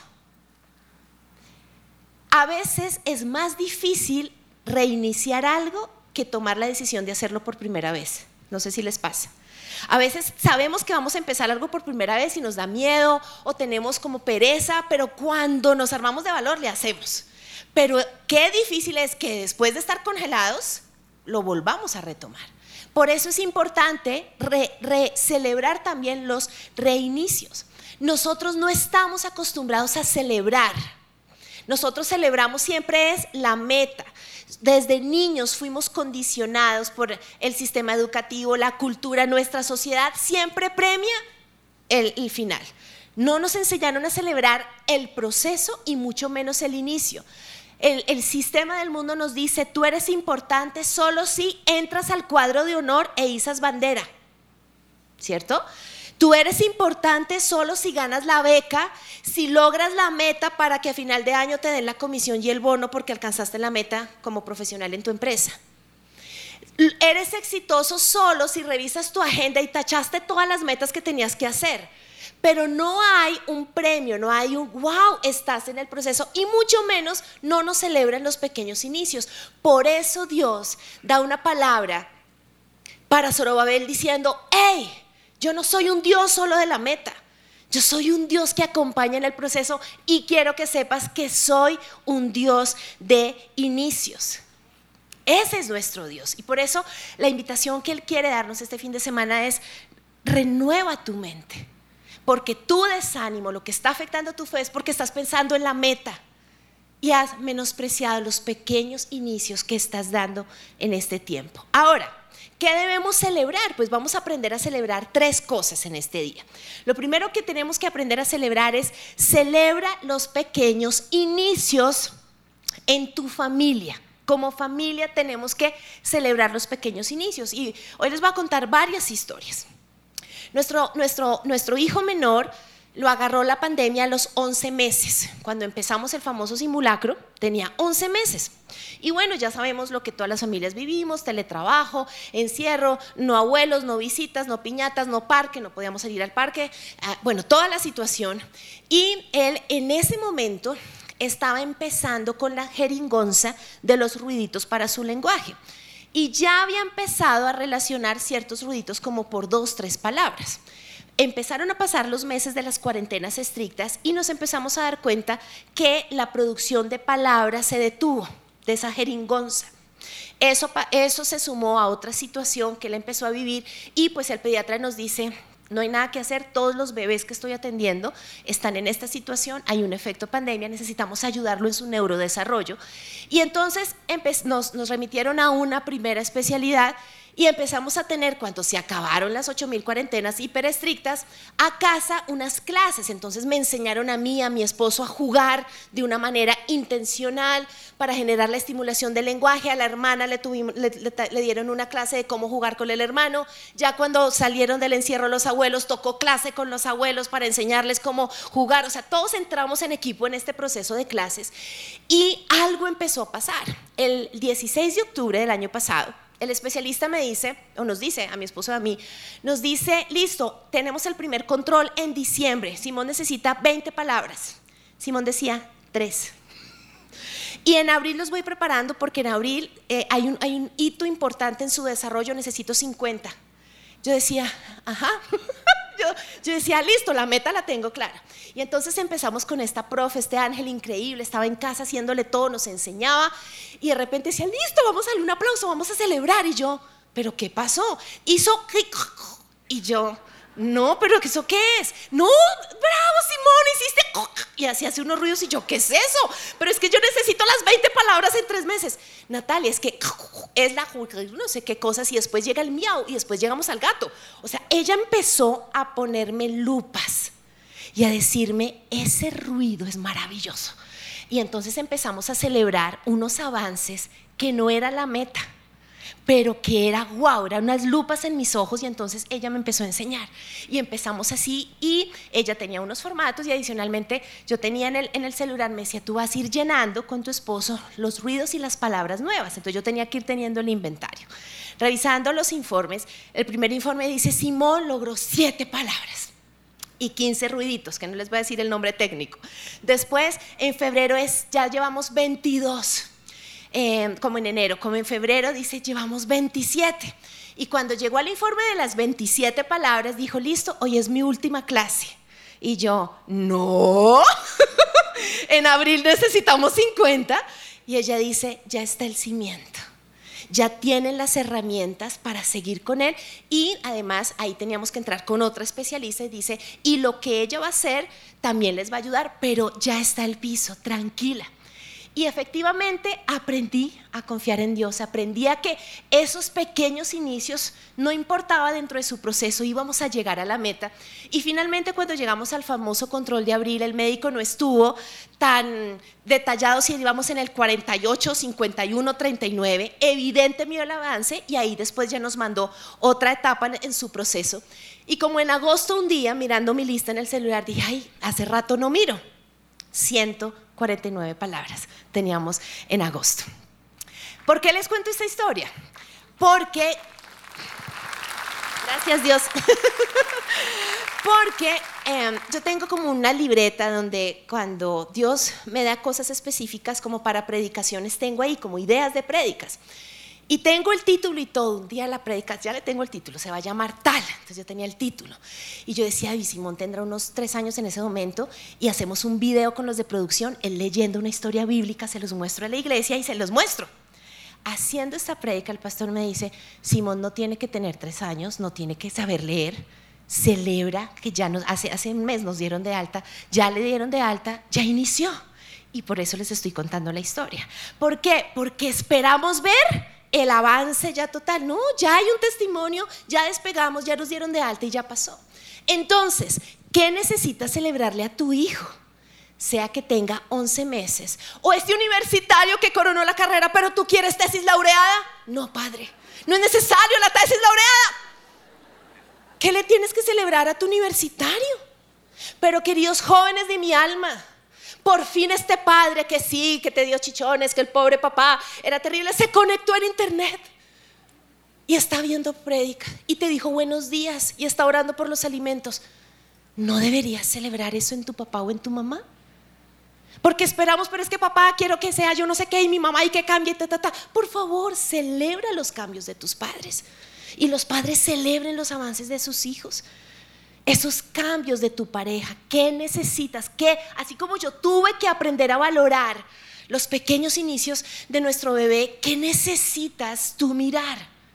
A veces es más difícil reiniciar algo que tomar la decisión de hacerlo por primera vez. No sé si les pasa. A veces sabemos que vamos a empezar algo por primera vez y nos da miedo o tenemos como pereza, pero cuando nos armamos de valor le hacemos. Pero qué difícil es que después de estar congelados lo volvamos a retomar. Por eso es importante re, re, celebrar también los reinicios. Nosotros no estamos acostumbrados a celebrar. Nosotros celebramos siempre es la meta. Desde niños fuimos condicionados por el sistema educativo, la cultura, nuestra sociedad siempre premia el, el final. No nos enseñaron a celebrar el proceso y mucho menos el inicio. El, el sistema del mundo nos dice, tú eres importante solo si entras al cuadro de honor e izas bandera, ¿cierto? Tú eres importante solo si ganas la beca, si logras la meta para que a final de año te den la comisión y el bono porque alcanzaste la meta como profesional en tu empresa. Eres exitoso solo si revisas tu agenda y tachaste todas las metas que tenías que hacer. Pero no hay un premio, no hay un wow, estás en el proceso y mucho menos no nos celebran los pequeños inicios. Por eso Dios da una palabra para Zorobabel diciendo, hey, yo no soy un Dios solo de la meta, yo soy un Dios que acompaña en el proceso y quiero que sepas que soy un Dios de inicios. Ese es nuestro Dios y por eso la invitación que Él quiere darnos este fin de semana es renueva tu mente. Porque tu desánimo, lo que está afectando tu fe es porque estás pensando en la meta y has menospreciado los pequeños inicios que estás dando en este tiempo. Ahora, ¿qué debemos celebrar? Pues vamos a aprender a celebrar tres cosas en este día. Lo primero que tenemos que aprender a celebrar es celebra los pequeños inicios en tu familia. Como familia tenemos que celebrar los pequeños inicios y hoy les voy a contar varias historias. Nuestro, nuestro, nuestro hijo menor lo agarró la pandemia a los once meses. Cuando empezamos el famoso simulacro, tenía once meses. Y bueno, ya sabemos lo que todas las familias vivimos, teletrabajo, encierro, no abuelos, no visitas, no piñatas, no parque, no podíamos salir al parque, bueno, toda la situación. Y él en ese momento estaba empezando con la jeringonza de los ruiditos para su lenguaje. Y ya había empezado a relacionar ciertos ruiditos como por dos, tres palabras. Empezaron a pasar los meses de las cuarentenas estrictas y nos empezamos a dar cuenta que la producción de palabras se detuvo de esa jeringonza. Eso, eso se sumó a otra situación que él empezó a vivir y pues el pediatra nos dice, no hay nada que hacer, todos los bebés que estoy atendiendo están en esta situación, hay un efecto pandemia, necesitamos ayudarlo en su neurodesarrollo. Y entonces nos, nos remitieron a una primera especialidad y empezamos a tener, cuando se acabaron las ocho mil cuarentenas hiper estrictas, a casa unas clases. Entonces me enseñaron a mí, a mi esposo a jugar de una manera intencional para generar la estimulación del lenguaje. A la hermana le, tuvimos, le, le, le dieron una clase de cómo jugar con el hermano. Ya cuando salieron del encierro los abuelos, tocó clase con los abuelos para enseñarles cómo jugar. O sea, todos entramos en equipo en este proceso de clases y algo empezó a pasar. El dieciséis de octubre del año pasado, el especialista me dice, o nos dice, a mi esposo y a mí, nos dice, listo, tenemos el primer control en diciembre. Simón necesita veinte palabras. Simón decía tres. Y en abril los voy preparando porque en abril eh, hay, un, hay un hito importante en su desarrollo, necesito cincuenta. Yo decía, ajá, yo, yo decía, listo, la meta la tengo clara. Y entonces empezamos con esta profe, este ángel increíble, estaba en casa haciéndole todo, nos enseñaba, y de repente decía, listo, vamos a darle un aplauso, vamos a celebrar. Y yo, ¿pero qué pasó? Hizo clic, y yo, no, pero ¿eso qué es? No, bravo, Simón, hiciste... Y así hace unos ruidos y yo, ¿qué es eso? Pero es que yo necesito las veinte palabras en tres meses. Natalia, es que es la... no sé qué cosas y después llega el miau y después llegamos al gato. O sea, ella empezó a ponerme lupas y a decirme, ese ruido es maravilloso. Y entonces empezamos a celebrar unos avances que no era la meta, pero que era guau, eran unas lupas en mis ojos. Y entonces ella me empezó a enseñar y empezamos así, y ella tenía unos formatos y adicionalmente yo tenía en el, en el celular, me decía, tú vas a ir llenando con tu esposo los ruidos y las palabras nuevas. Entonces yo tenía que ir teniendo el inventario. Revisando los informes, el primer informe dice, Simón logró siete palabras y quince ruiditos, que no les voy a decir el nombre técnico. Después en febrero es, ya llevamos veintidós. Eh, como en enero, como en febrero dice, llevamos veintisiete. Y cuando llegó al informe de las veintisiete palabras, dijo, listo, hoy es mi última clase. Y yo, no, en abril necesitamos cincuenta. Y ella dice, ya está el cimiento, ya tienen las herramientas para seguir con él. Y además ahí teníamos que entrar con otra especialista y dice, y lo que ella va a hacer también les va a ayudar, pero ya está el piso, tranquila. Y efectivamente aprendí a confiar en Dios, aprendí a que esos pequeños inicios no importaba dentro de su proceso, íbamos a llegar a la meta. Y finalmente cuando llegamos al famoso control de abril, el médico no estuvo tan detallado si íbamos en el cuarenta y ocho, cincuenta y uno, treinta y nueve, evidente vio el avance y ahí después ya nos mandó otra etapa en su proceso. Y como en agosto un día, mirando mi lista en el celular, dije, ay, hace rato no miro, ciento cuarenta y nueve palabras teníamos en agosto. ¿Por qué les cuento esta historia? Porque, gracias Dios, porque eh, yo tengo como una libreta donde cuando Dios me da cosas específicas como para predicaciones, tengo ahí como ideas de prédicas. Y tengo el título y todo. Un día la predica, ya le tengo el título, se va a llamar tal. Entonces yo tenía el título. Y yo decía, ay, Simón tendrá unos tres años en ese momento y hacemos un video con los de producción, él leyendo una historia bíblica, se los muestro a la iglesia y se los muestro. Haciendo esta prédica, el pastor me dice, Simón no tiene que tener tres años, no tiene que saber leer. Celebra que ya nos, hace, hace un mes nos dieron de alta, ya le dieron de alta, ya inició. Y por eso les estoy contando la historia. ¿Por qué? Porque esperamos ver el avance ya total. No, ya hay un testimonio, ya despegamos, ya nos dieron de alta y ya pasó. Entonces, ¿qué necesitas celebrarle a tu hijo? Sea que tenga once meses o este universitario que coronó la carrera, pero tú quieres tesis laureada. No, padre, no es necesario la tesis laureada. ¿Qué le tienes que celebrar a tu universitario? Pero queridos jóvenes de mi alma, por fin este padre que sí, que te dio chichones, que el pobre papá era terrible, se conectó en internet y está viendo prédica y te dijo buenos días y está orando por los alimentos. ¿No deberías celebrar eso en tu papá o en tu mamá? Porque esperamos, pero es que papá quiero que sea yo no sé qué y mi mamá y que cambie, ta, ta, ta. Por favor, celebra los cambios de tus padres y los padres celebren los avances de sus hijos. Esos cambios de tu pareja, ¿qué necesitas? ¿Qué? Así como yo tuve que aprender a valorar los pequeños inicios de nuestro bebé, ¿qué necesitas tú mirar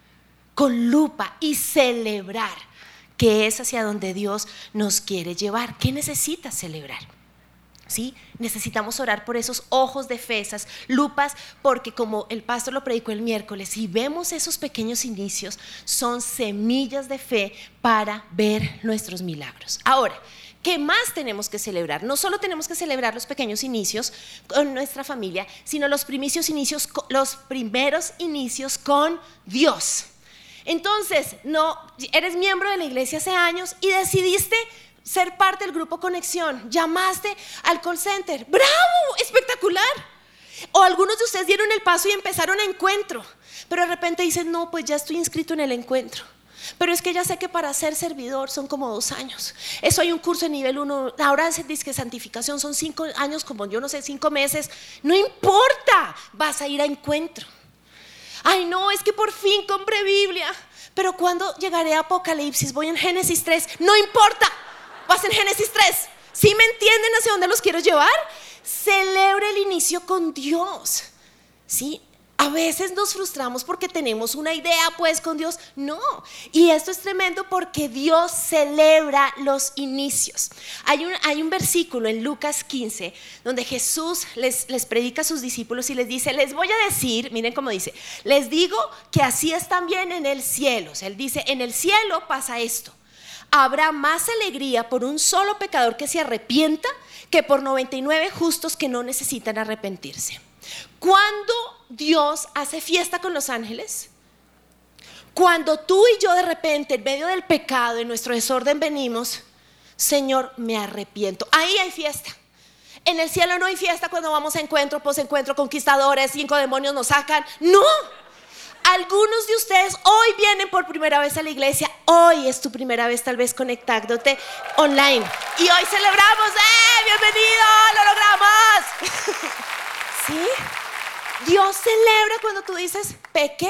con lupa y celebrar? Que es hacia donde Dios nos quiere llevar. ¿Qué necesitas celebrar? ¿Sí? Necesitamos orar por esos ojos de fe, esas lupas, porque como el pastor lo predicó el miércoles, si vemos esos pequeños inicios, son semillas de fe para ver nuestros milagros. Ahora, ¿qué más tenemos que celebrar? No solo tenemos que celebrar los pequeños inicios con nuestra familia, sino los primeros inicios, los primeros inicios con Dios. Entonces, no, eres miembro de la iglesia hace años y decidiste ser parte del grupo Conexión, llamaste al call center, ¡bravo! ¡Espectacular! O algunos de ustedes dieron el paso y empezaron a encuentro, pero de repente dicen, no, pues ya estoy inscrito en el encuentro, pero es que ya sé que para ser servidor son como dos años, eso hay un curso de nivel uno, ahora se dice que santificación son cinco años, como yo no sé, cinco meses, no importa, vas a ir a encuentro. Ay no, es que por fin compré Biblia, pero ¿cuándo llegaré a Apocalipsis? Voy en Génesis tres. No importa, vas en Génesis tres. ¿Sí me entienden hacia dónde los quiero llevar? Celebre el inicio con Dios. ¿Sí? A veces nos frustramos porque tenemos una idea pues con Dios. No, y esto es tremendo porque Dios celebra los inicios. Hay un, hay un versículo en Lucas quince donde Jesús les, les predica a sus discípulos y les dice, les voy a decir, miren cómo dice, les digo que así es también en el cielo. O sea, él dice, en el cielo pasa esto. Habrá más alegría por un solo pecador que se arrepienta que por noventa y nueve justos que no necesitan arrepentirse. Cuando Dios hace fiesta con los ángeles, cuando tú y yo de repente en medio del pecado, en nuestro desorden venimos, Señor, me arrepiento, ahí hay fiesta. En el cielo no hay fiesta cuando vamos a encuentro, posencuentro, conquistadores, cinco demonios nos sacan, no. Algunos de ustedes hoy vienen por primera vez a la iglesia, hoy es tu primera vez tal vez conectándote online y hoy celebramos, ¡eh! ¡Bienvenido! ¡Lo logramos! ¿Sí? Dios celebra cuando tú dices, pequé.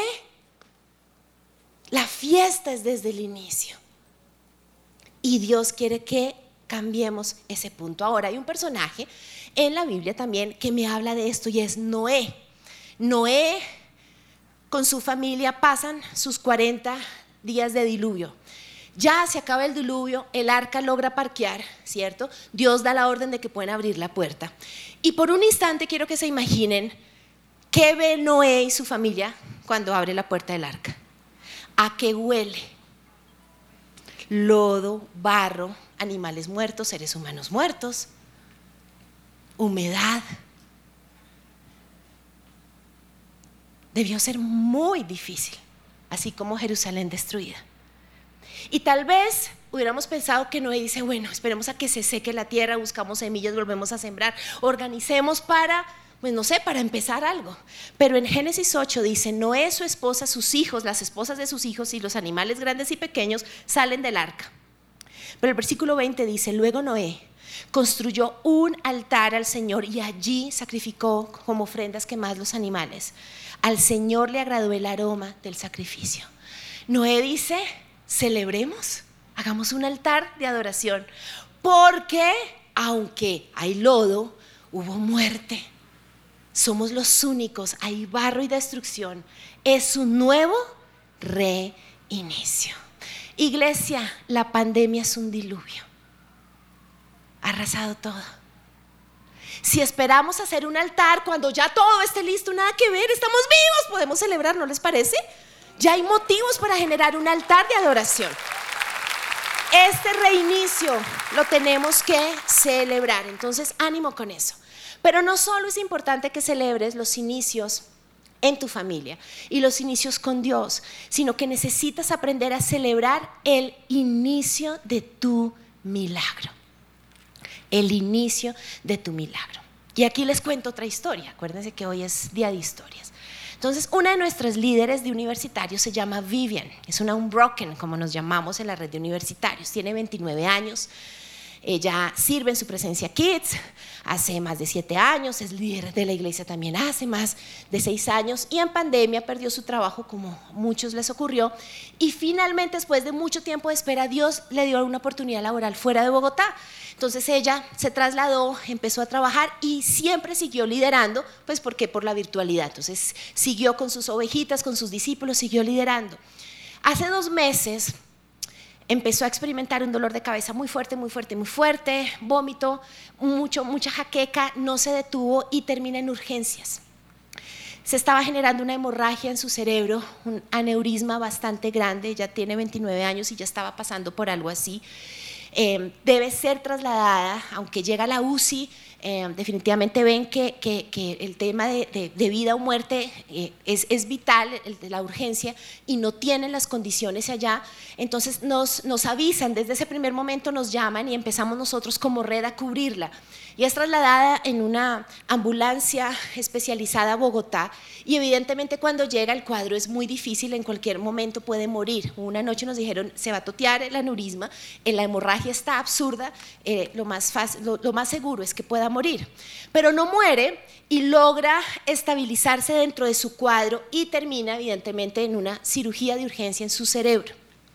La fiesta es desde el inicio y Dios quiere que cambiemos ese punto. Ahora hay un personaje en la Biblia también que me habla de esto y es Noé. Noé con su familia pasan sus cuarenta días de diluvio. Ya se acaba el diluvio, el arca logra parquear, ¿cierto? Dios da la orden de que pueden abrir la puerta. Y por un instante quiero que se imaginen qué ve Noé y su familia cuando abre la puerta del arca. ¿A qué huele? Lodo, barro, animales muertos, seres humanos muertos, humedad. Debió ser muy difícil, así como Jerusalén destruida. Y tal vez hubiéramos pensado que Noé dice, bueno, esperemos a que se seque la tierra, buscamos semillas, volvemos a sembrar, organicemos para, pues no sé, para empezar algo. Pero en Génesis ocho dice, Noé, su esposa, sus hijos, las esposas de sus hijos y los animales grandes y pequeños salen del arca. Pero el versículo veinte dice, luego Noé construyó un altar al Señor y allí sacrificó como ofrendas quemadas los animales. Al Señor le agradó el aroma del sacrificio. Noé dice, celebremos, hagamos un altar de adoración, porque aunque hay lodo, hubo muerte. Somos los únicos, hay barro y destrucción. Es un nuevo reinicio. Iglesia, la pandemia es un diluvio. Ha arrasado todo. Si esperamos hacer un altar cuando ya todo esté listo, nada que ver, estamos vivos, podemos celebrar, ¿no les parece? Ya hay motivos para generar un altar de adoración. Este reinicio lo tenemos que celebrar, entonces ánimo con eso. Pero no solo es importante que celebres los inicios en tu familia y los inicios con Dios, sino que necesitas aprender a celebrar el inicio de tu milagro. El inicio de tu milagro. Y aquí les cuento otra historia. Acuérdense que hoy es día de historias. Entonces, una de nuestras líderes de universitarios se llama Vivian. Es una unbroken, como nos llamamos en la red de universitarios. Tiene veintinueve años. Ella sirve en su presencia Kids hace más de siete años, es líder de la iglesia también hace más de seis años y en pandemia perdió su trabajo como muchos les ocurrió y finalmente después de mucho tiempo de espera Dios le dio una oportunidad laboral fuera de Bogotá. Entonces ella se trasladó, empezó a trabajar y siempre siguió liderando, pues porque por la virtualidad. Entonces siguió con sus ovejitas, con sus discípulos, siguió liderando. Hace dos meses empezó a experimentar un dolor de cabeza muy fuerte, muy fuerte, muy fuerte, vómito, mucho, mucha jaqueca, no se detuvo y termina en urgencias. Se estaba generando una hemorragia en su cerebro, un aneurisma bastante grande, ya tiene veintinueve años y ya estaba pasando por algo así. Eh, debe ser trasladada, aunque llega a la U C I, eh, definitivamente ven que, que, que el tema de, de, de vida o muerte eh, es, es vital, el de la urgencia, y no tienen las condiciones allá. Entonces nos, nos avisan, desde ese primer momento nos llaman y empezamos nosotros como red a cubrirla. Y es trasladada en una ambulancia especializada a Bogotá y evidentemente cuando llega el cuadro es muy difícil, en cualquier momento puede morir. Una noche nos dijeron se va a totear el aneurisma, la hemorragia está absurda, eh, lo, más fácil, lo, lo más seguro es que pueda morir. morir. Pero no muere y logra estabilizarse dentro de su cuadro y termina evidentemente en una cirugía de urgencia en su cerebro.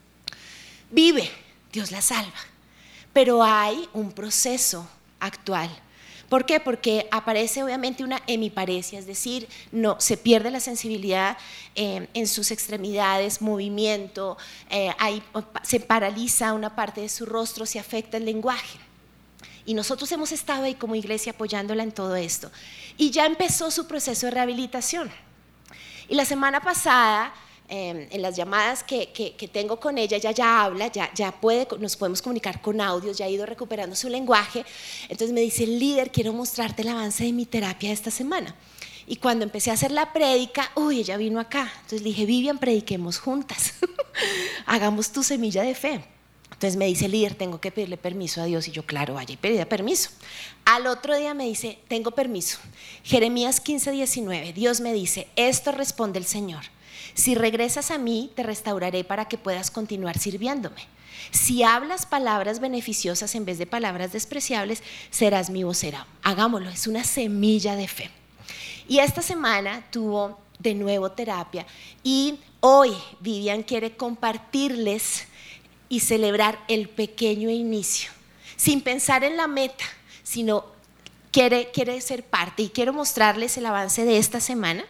Vive, Dios la salva, pero hay un proceso actual. ¿Por qué? Porque aparece obviamente una hemiparesia, es decir, no, se pierde la sensibilidad eh, en sus extremidades, movimiento, eh, hay, se paraliza una parte de su rostro, se afecta el lenguaje. Y nosotros hemos estado ahí como iglesia apoyándola en todo esto. Y ya empezó su proceso de rehabilitación. Y la semana pasada, eh, en las llamadas que, que, que tengo con ella, ella ya habla, ya, ya puede, nos podemos comunicar con audios, ya ha ido recuperando su lenguaje. Entonces me dice, líder, quiero mostrarte el avance de mi terapia de esta semana. Y cuando empecé a hacer la prédica, uy, ella vino acá. Entonces le dije, Vivian, prediquemos juntas. Hagamos tu semilla de fe. Entonces me dice, líder, tengo que pedirle permiso a Dios. Y yo, claro, vaya y pedí permiso. Al otro día me dice, tengo permiso. Jeremías quince, diecinueve, Dios me dice, esto responde el Señor. Si regresas a mí, te restauraré para que puedas continuar sirviéndome. Si hablas palabras beneficiosas en vez de palabras despreciables, serás mi vocera. Hagámoslo, es una semilla de fe. Y esta semana tuvo de nuevo terapia y hoy Vivian quiere compartirles y celebrar el pequeño inicio, sin pensar en la meta, sino quiere, quiere ser parte. Y quiero mostrarles el avance de esta semana.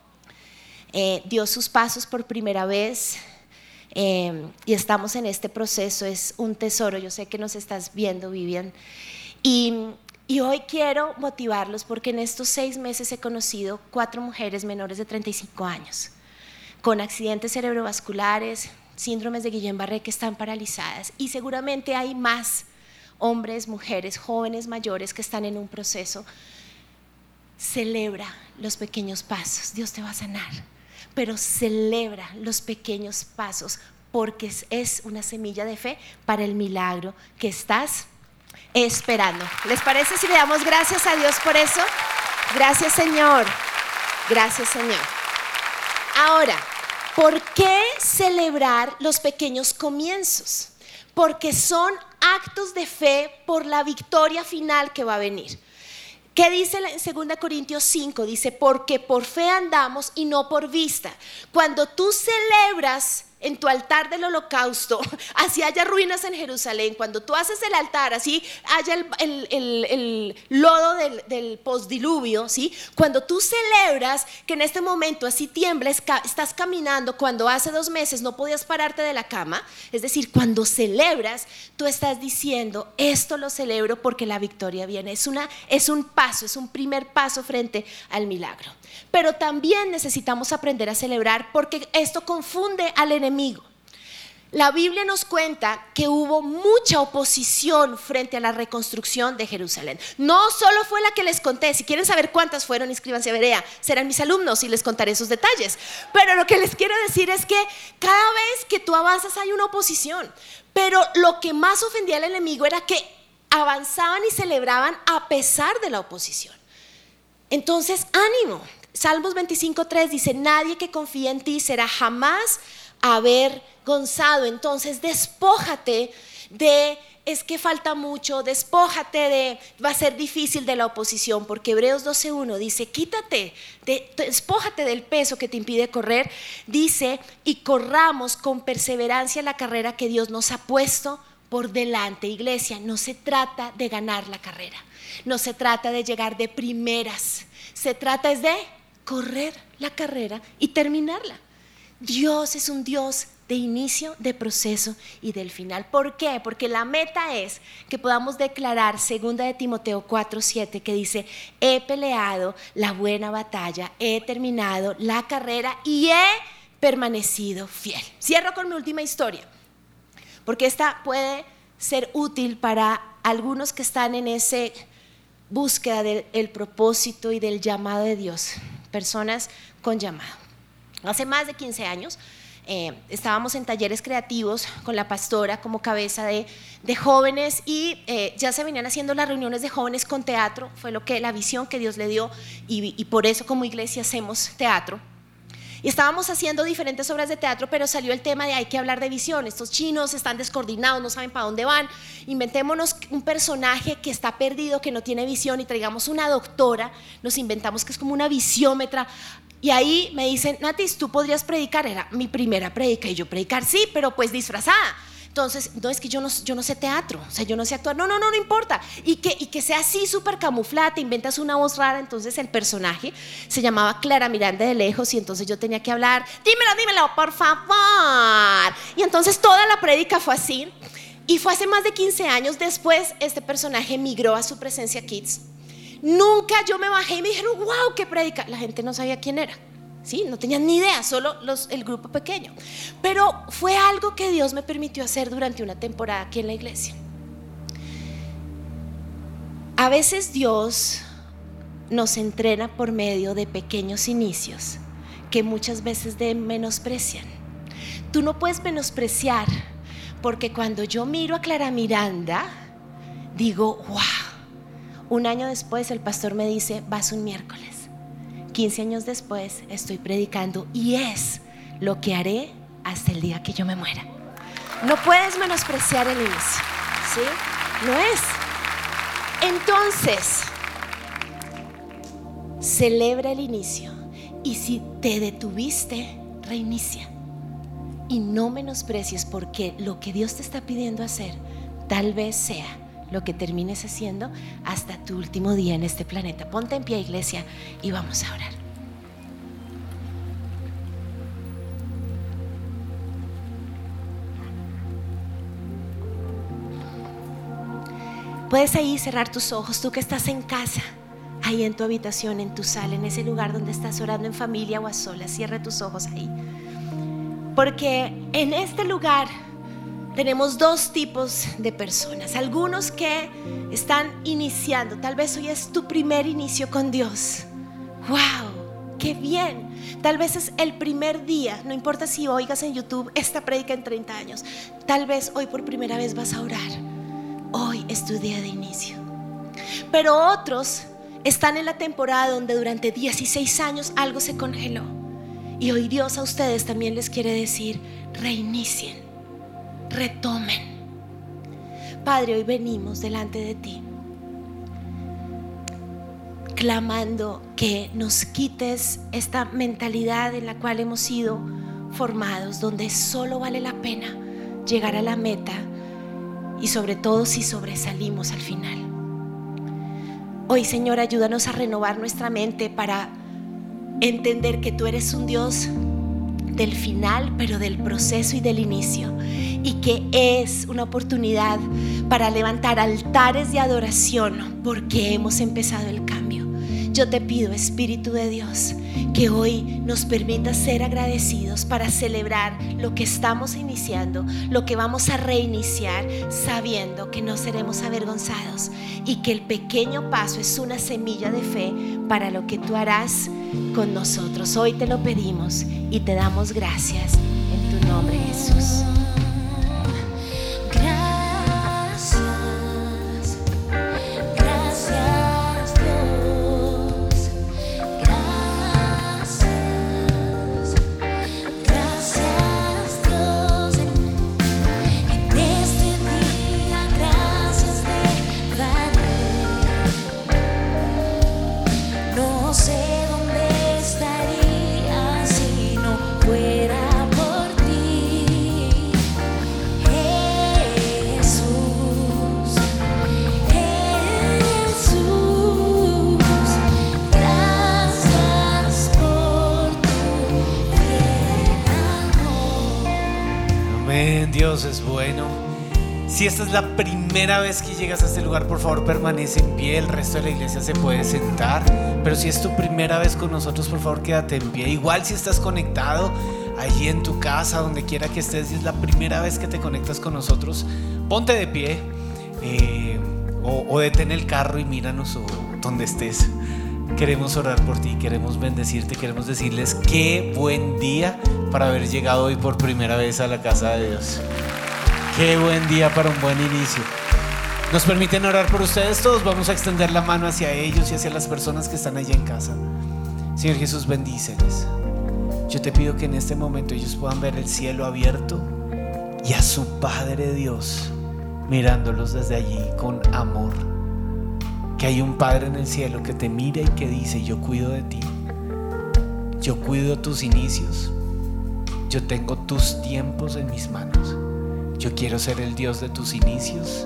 Eh, dio sus pasos por primera vez eh, y estamos en este proceso, es un tesoro. Yo sé que nos estás viendo, Vivian, y, y hoy quiero motivarlos porque en estos seis meses he conocido cuatro mujeres menores de treinta y cinco años con accidentes cerebrovasculares, síndromes de Guillain-Barré, que están paralizadas, y seguramente hay más hombres, mujeres, jóvenes, mayores que están en un proceso. Celebra los pequeños pasos, Dios te va a sanar, pero celebra los pequeños pasos porque es una semilla de fe para el milagro que estás esperando. ¿Les parece si le damos gracias a Dios por eso? Gracias, Señor. Gracias, Señor. Ahora, ¿por qué celebrar los pequeños comienzos? Porque son actos de fe por la victoria final que va a venir. ¿Qué dice en segunda Corintios cinco? Dice, porque por fe andamos y no por vista. Cuando tú celebras en tu altar del holocausto, así haya ruinas en Jerusalén, cuando tú haces el altar, así haya el, el, el, el lodo del, del postdiluvio, ¿sí? Cuando tú celebras que en este momento así tiemblas, estás caminando, cuando hace dos meses no podías pararte de la cama, es decir, cuando celebras, tú estás diciendo, esto lo celebro porque la victoria viene. Es, una, es un paso, es un primer paso frente al milagro. Pero también necesitamos aprender a celebrar porque esto confunde al enemigo. La Biblia nos cuenta que hubo mucha oposición frente a la reconstrucción de Jerusalén. No solo fue la que les conté. Si quieren saber cuántas fueron, inscríbanse a Berea. Serán mis alumnos y les contaré sus detalles. Pero lo que les quiero decir es que cada vez que tú avanzas hay una oposición. Pero lo que más ofendía al enemigo era que avanzaban y celebraban a pesar de la oposición. Entonces, ánimo. Salmos veinticinco, tres dice, nadie que confíe en ti será jamás avergonzado. Entonces, despójate de, es que falta mucho, despójate de, va a ser difícil de la oposición, porque Hebreos doce, uno dice, quítate, de, despójate del peso que te impide correr, dice, y corramos con perseverancia la carrera que Dios nos ha puesto por delante. Iglesia, no se trata de ganar la carrera, no se trata de llegar de primeras, se trata es de correr la carrera y terminarla. Dios es un Dios de inicio, de proceso y del final. ¿Por qué? Porque la meta es que podamos declarar segunda de Timoteo cuatro, siete, que dice, he peleado la buena batalla, he terminado la carrera y he permanecido fiel. Cierro con mi última historia, porque esta puede ser útil para algunos que están en esa búsqueda del propósito y del llamado de Dios. Personas con llamado. Hace más de quince años eh, estábamos en talleres creativos con la pastora como cabeza de, de jóvenes y eh, ya se venían haciendo las reuniones de jóvenes con teatro. Fue lo que la visión que Dios le dio y, y por eso como iglesia hacemos teatro. Y estábamos haciendo diferentes obras de teatro, pero salió el tema de hay que hablar de visión. Estos chinos están descoordinados, no saben para dónde van. Inventémonos un personaje que está perdido, que no tiene visión, y traigamos una doctora. Nos inventamos que es como una visiómetra. Y ahí me dicen, Natis, ¿tú podrías predicar? Era mi primera predica, y yo predicar, sí, pero pues disfrazada. Entonces, no, es que yo no, yo no sé teatro, o sea, yo no sé actuar, no, no, no, no importa. Y que, y que sea así súper camuflada, te inventas una voz rara. Entonces el personaje se llamaba Clara Miranda de lejos, y entonces yo tenía que hablar, dímelo, dímelo, por favor. Y entonces toda la prédica fue así. Y fue hace más de quince años. Después este personaje migró a Su Presencia Kids. Nunca yo me bajé y me dijeron, wow, qué prédica. La gente no sabía quién era. Sí, no tenían ni idea, solo los, el grupo pequeño. Pero fue algo que Dios me permitió hacer durante una temporada aquí en la iglesia. A veces Dios nos entrena por medio de pequeños inicios que muchas veces de menosprecian. Tú no puedes menospreciar, porque cuando yo miro a Clara Miranda, digo, wow. Un año después el pastor me dice, vas un miércoles. quince años después estoy predicando, y es lo que haré hasta el día que yo me muera. No puedes menospreciar el inicio, ¿sí? No es. Entonces, celebra el inicio, y si te detuviste, reinicia. Y no menosprecies, porque lo que Dios te está pidiendo hacer tal vez sea lo que termines haciendo hasta tu último día en este planeta. Ponte en pie, iglesia, y vamos a orar. Puedes ahí cerrar tus ojos, tú que estás en casa, ahí en tu habitación, en tu sala, en ese lugar donde estás orando en familia o a solas. Cierra tus ojos ahí, porque en este lugar tenemos dos tipos de personas. Algunos que están iniciando, tal vez hoy es tu primer inicio con Dios. ¡Wow! ¡Qué bien! Tal vez es el primer día, no importa si oigas en YouTube esta prédica en treinta años. Tal vez hoy por primera vez vas a orar. Hoy es tu día de inicio. Pero otros están en la temporada donde durante dieciséis años algo se congeló. Y hoy Dios a ustedes también les quiere decir, reinicien. Retomen. Padre, hoy venimos delante de ti clamando que nos quites esta mentalidad en la cual hemos sido formados, donde solo vale la pena llegar a la meta, y sobre todo si sobresalimos al final. Hoy, Señor, ayúdanos a renovar nuestra mente para entender que tú eres un Dios del final, pero del proceso y del inicio, y que es una oportunidad para levantar altares de adoración porque hemos empezado el cambio. Yo te pido, Espíritu de Dios, que hoy nos permita ser agradecidos para celebrar lo que estamos iniciando, lo que vamos a reiniciar, sabiendo que no seremos avergonzados y que el pequeño paso es una semilla de fe para lo que tú harás con nosotros. Hoy te lo pedimos y te damos gracias en tu nombre, Jesús. Dios es bueno. Si esta es la primera vez que llegas a este lugar, por favor permanece en pie. El resto de la iglesia se puede sentar. Pero si es tu primera vez con nosotros, por favor quédate en pie. Igual si estás conectado allí en tu casa, donde quiera que estés, y es la primera vez que te conectas con nosotros, ponte de pie, eh, o, o detén el carro y míranos, o donde estés. Queremos orar por ti, queremos bendecirte, queremos decirles qué buen día para haber llegado hoy por primera vez a la casa de Dios. Qué buen día para un buen inicio. ¿Nos permiten orar por ustedes todos? Vamos a extender la mano hacia ellos y hacia las personas que están allá en casa. Señor Jesús, bendíceles. Yo te pido que en este momento ellos puedan ver el cielo abierto y a su Padre Dios mirándolos desde allí con amor. Que hay un Padre en el cielo que te mira y que dice: yo cuido de ti, yo cuido tus inicios, yo tengo tus tiempos en mis manos. Yo quiero ser el Dios de tus inicios,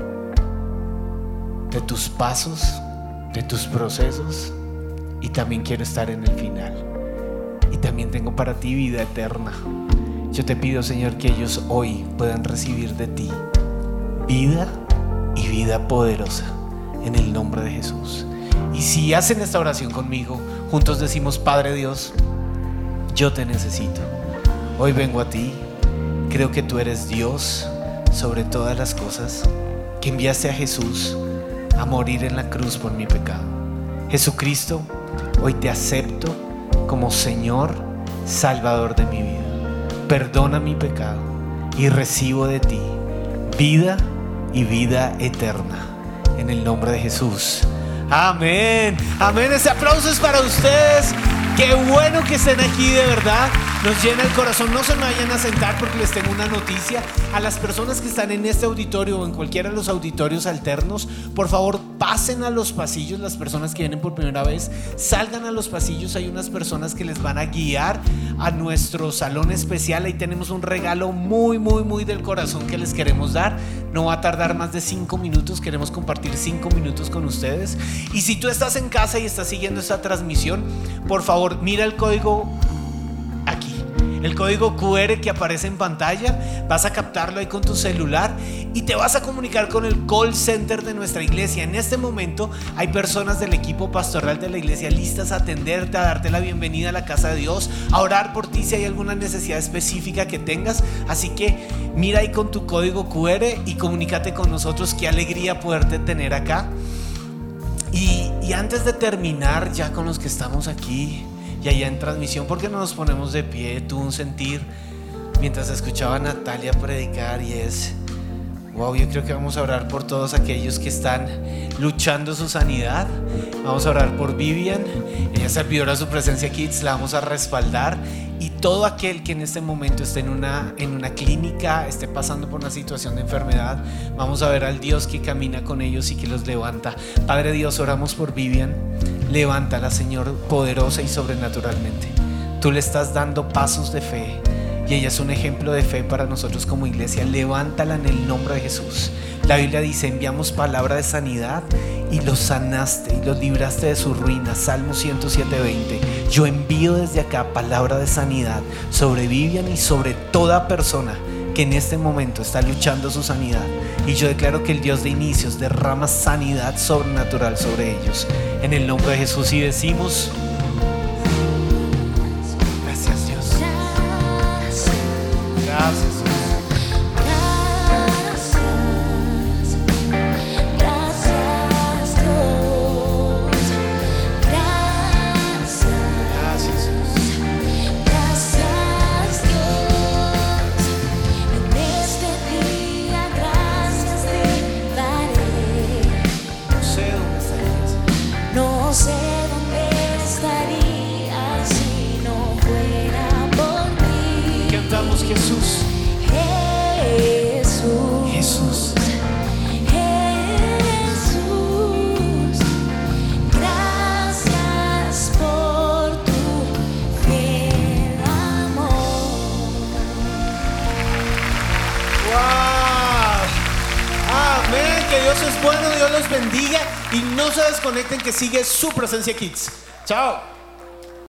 de tus pasos, de tus procesos, y también quiero estar en el final. Y también tengo para ti vida eterna. Yo te pido, Señor, que ellos hoy puedan recibir de ti vida y vida poderosa en el nombre de Jesús. Y si hacen esta oración conmigo, juntos decimos: Padre Dios, yo te necesito. Hoy vengo a ti. Creo que tú eres Dios sobre todas las cosas, que enviaste a Jesús a morir en la cruz por mi pecado. Jesucristo, hoy te acepto como Señor, Salvador de mi vida. Perdona mi pecado y recibo de ti vida y vida eterna. En el nombre de Jesús. Amén. Amén. Ese aplauso es para ustedes. Qué bueno que estén aquí, de verdad. Nos llena el corazón. No se me vayan a sentar porque les tengo una noticia. A las personas que están en este auditorio o en cualquiera de los auditorios alternos, por favor, pasen a los pasillos. Las personas que vienen por primera vez, salgan a los pasillos. Hay unas personas que les van a guiar a nuestro salón especial. Ahí tenemos un regalo muy, muy, muy del corazón que les queremos dar. No va a tardar más de cinco minutos. Queremos compartir cinco minutos con ustedes. Y si tú estás en casa y estás siguiendo esta transmisión, por favor, mira el código aquí, el código Q R que aparece en pantalla. Vas a captarlo ahí con tu celular y te vas a comunicar con el call center de nuestra iglesia. En este momento hay personas del equipo pastoral de la iglesia listas a atenderte, a darte la bienvenida a la casa de Dios, a orar por ti si hay alguna necesidad específica que tengas. Así que mira ahí con tu código Q R y comunícate con nosotros. Qué alegría poderte tener acá. Y, y antes de terminar ya con los que estamos aquí y allá en transmisión, ¿por qué no nos ponemos de pie? Tuve un sentir mientras escuchaba a Natalia predicar y es: wow, yo creo que vamos a orar por todos aquellos que están luchando su sanidad. Vamos a orar por Vivian, ella es servidora de su Presencia Kids, la vamos a respaldar. Y todo aquel que en este momento esté en una, en una clínica, esté pasando por una situación de enfermedad, vamos a ver al Dios que camina con ellos y que los levanta. Padre Dios, oramos por Vivian. Levántala, Señor, poderosa y sobrenaturalmente. Tú le estás dando pasos de fe y ella es un ejemplo de fe para nosotros como iglesia. Levántala en el nombre de Jesús. La Biblia dice: enviamos palabra de sanidad y los sanaste y los libraste de su ruina. Salmo ciento siete, veinte. Yo envío desde acá palabra de sanidad sobre Vivian y sobre toda persona que en este momento está luchando su sanidad. Y yo declaro que el Dios de inicios derrama sanidad sobrenatural sobre ellos. En el nombre de Jesús, y decimos: gracias, Dios. Gracias, Dios. Jesús, Jesús, Jesús, Jesús, gracias por tu fiel amor. ¡Wow! Amén, que Dios es bueno, Dios los bendiga y no se desconecten, que sigue su Presencia Kids. Chao.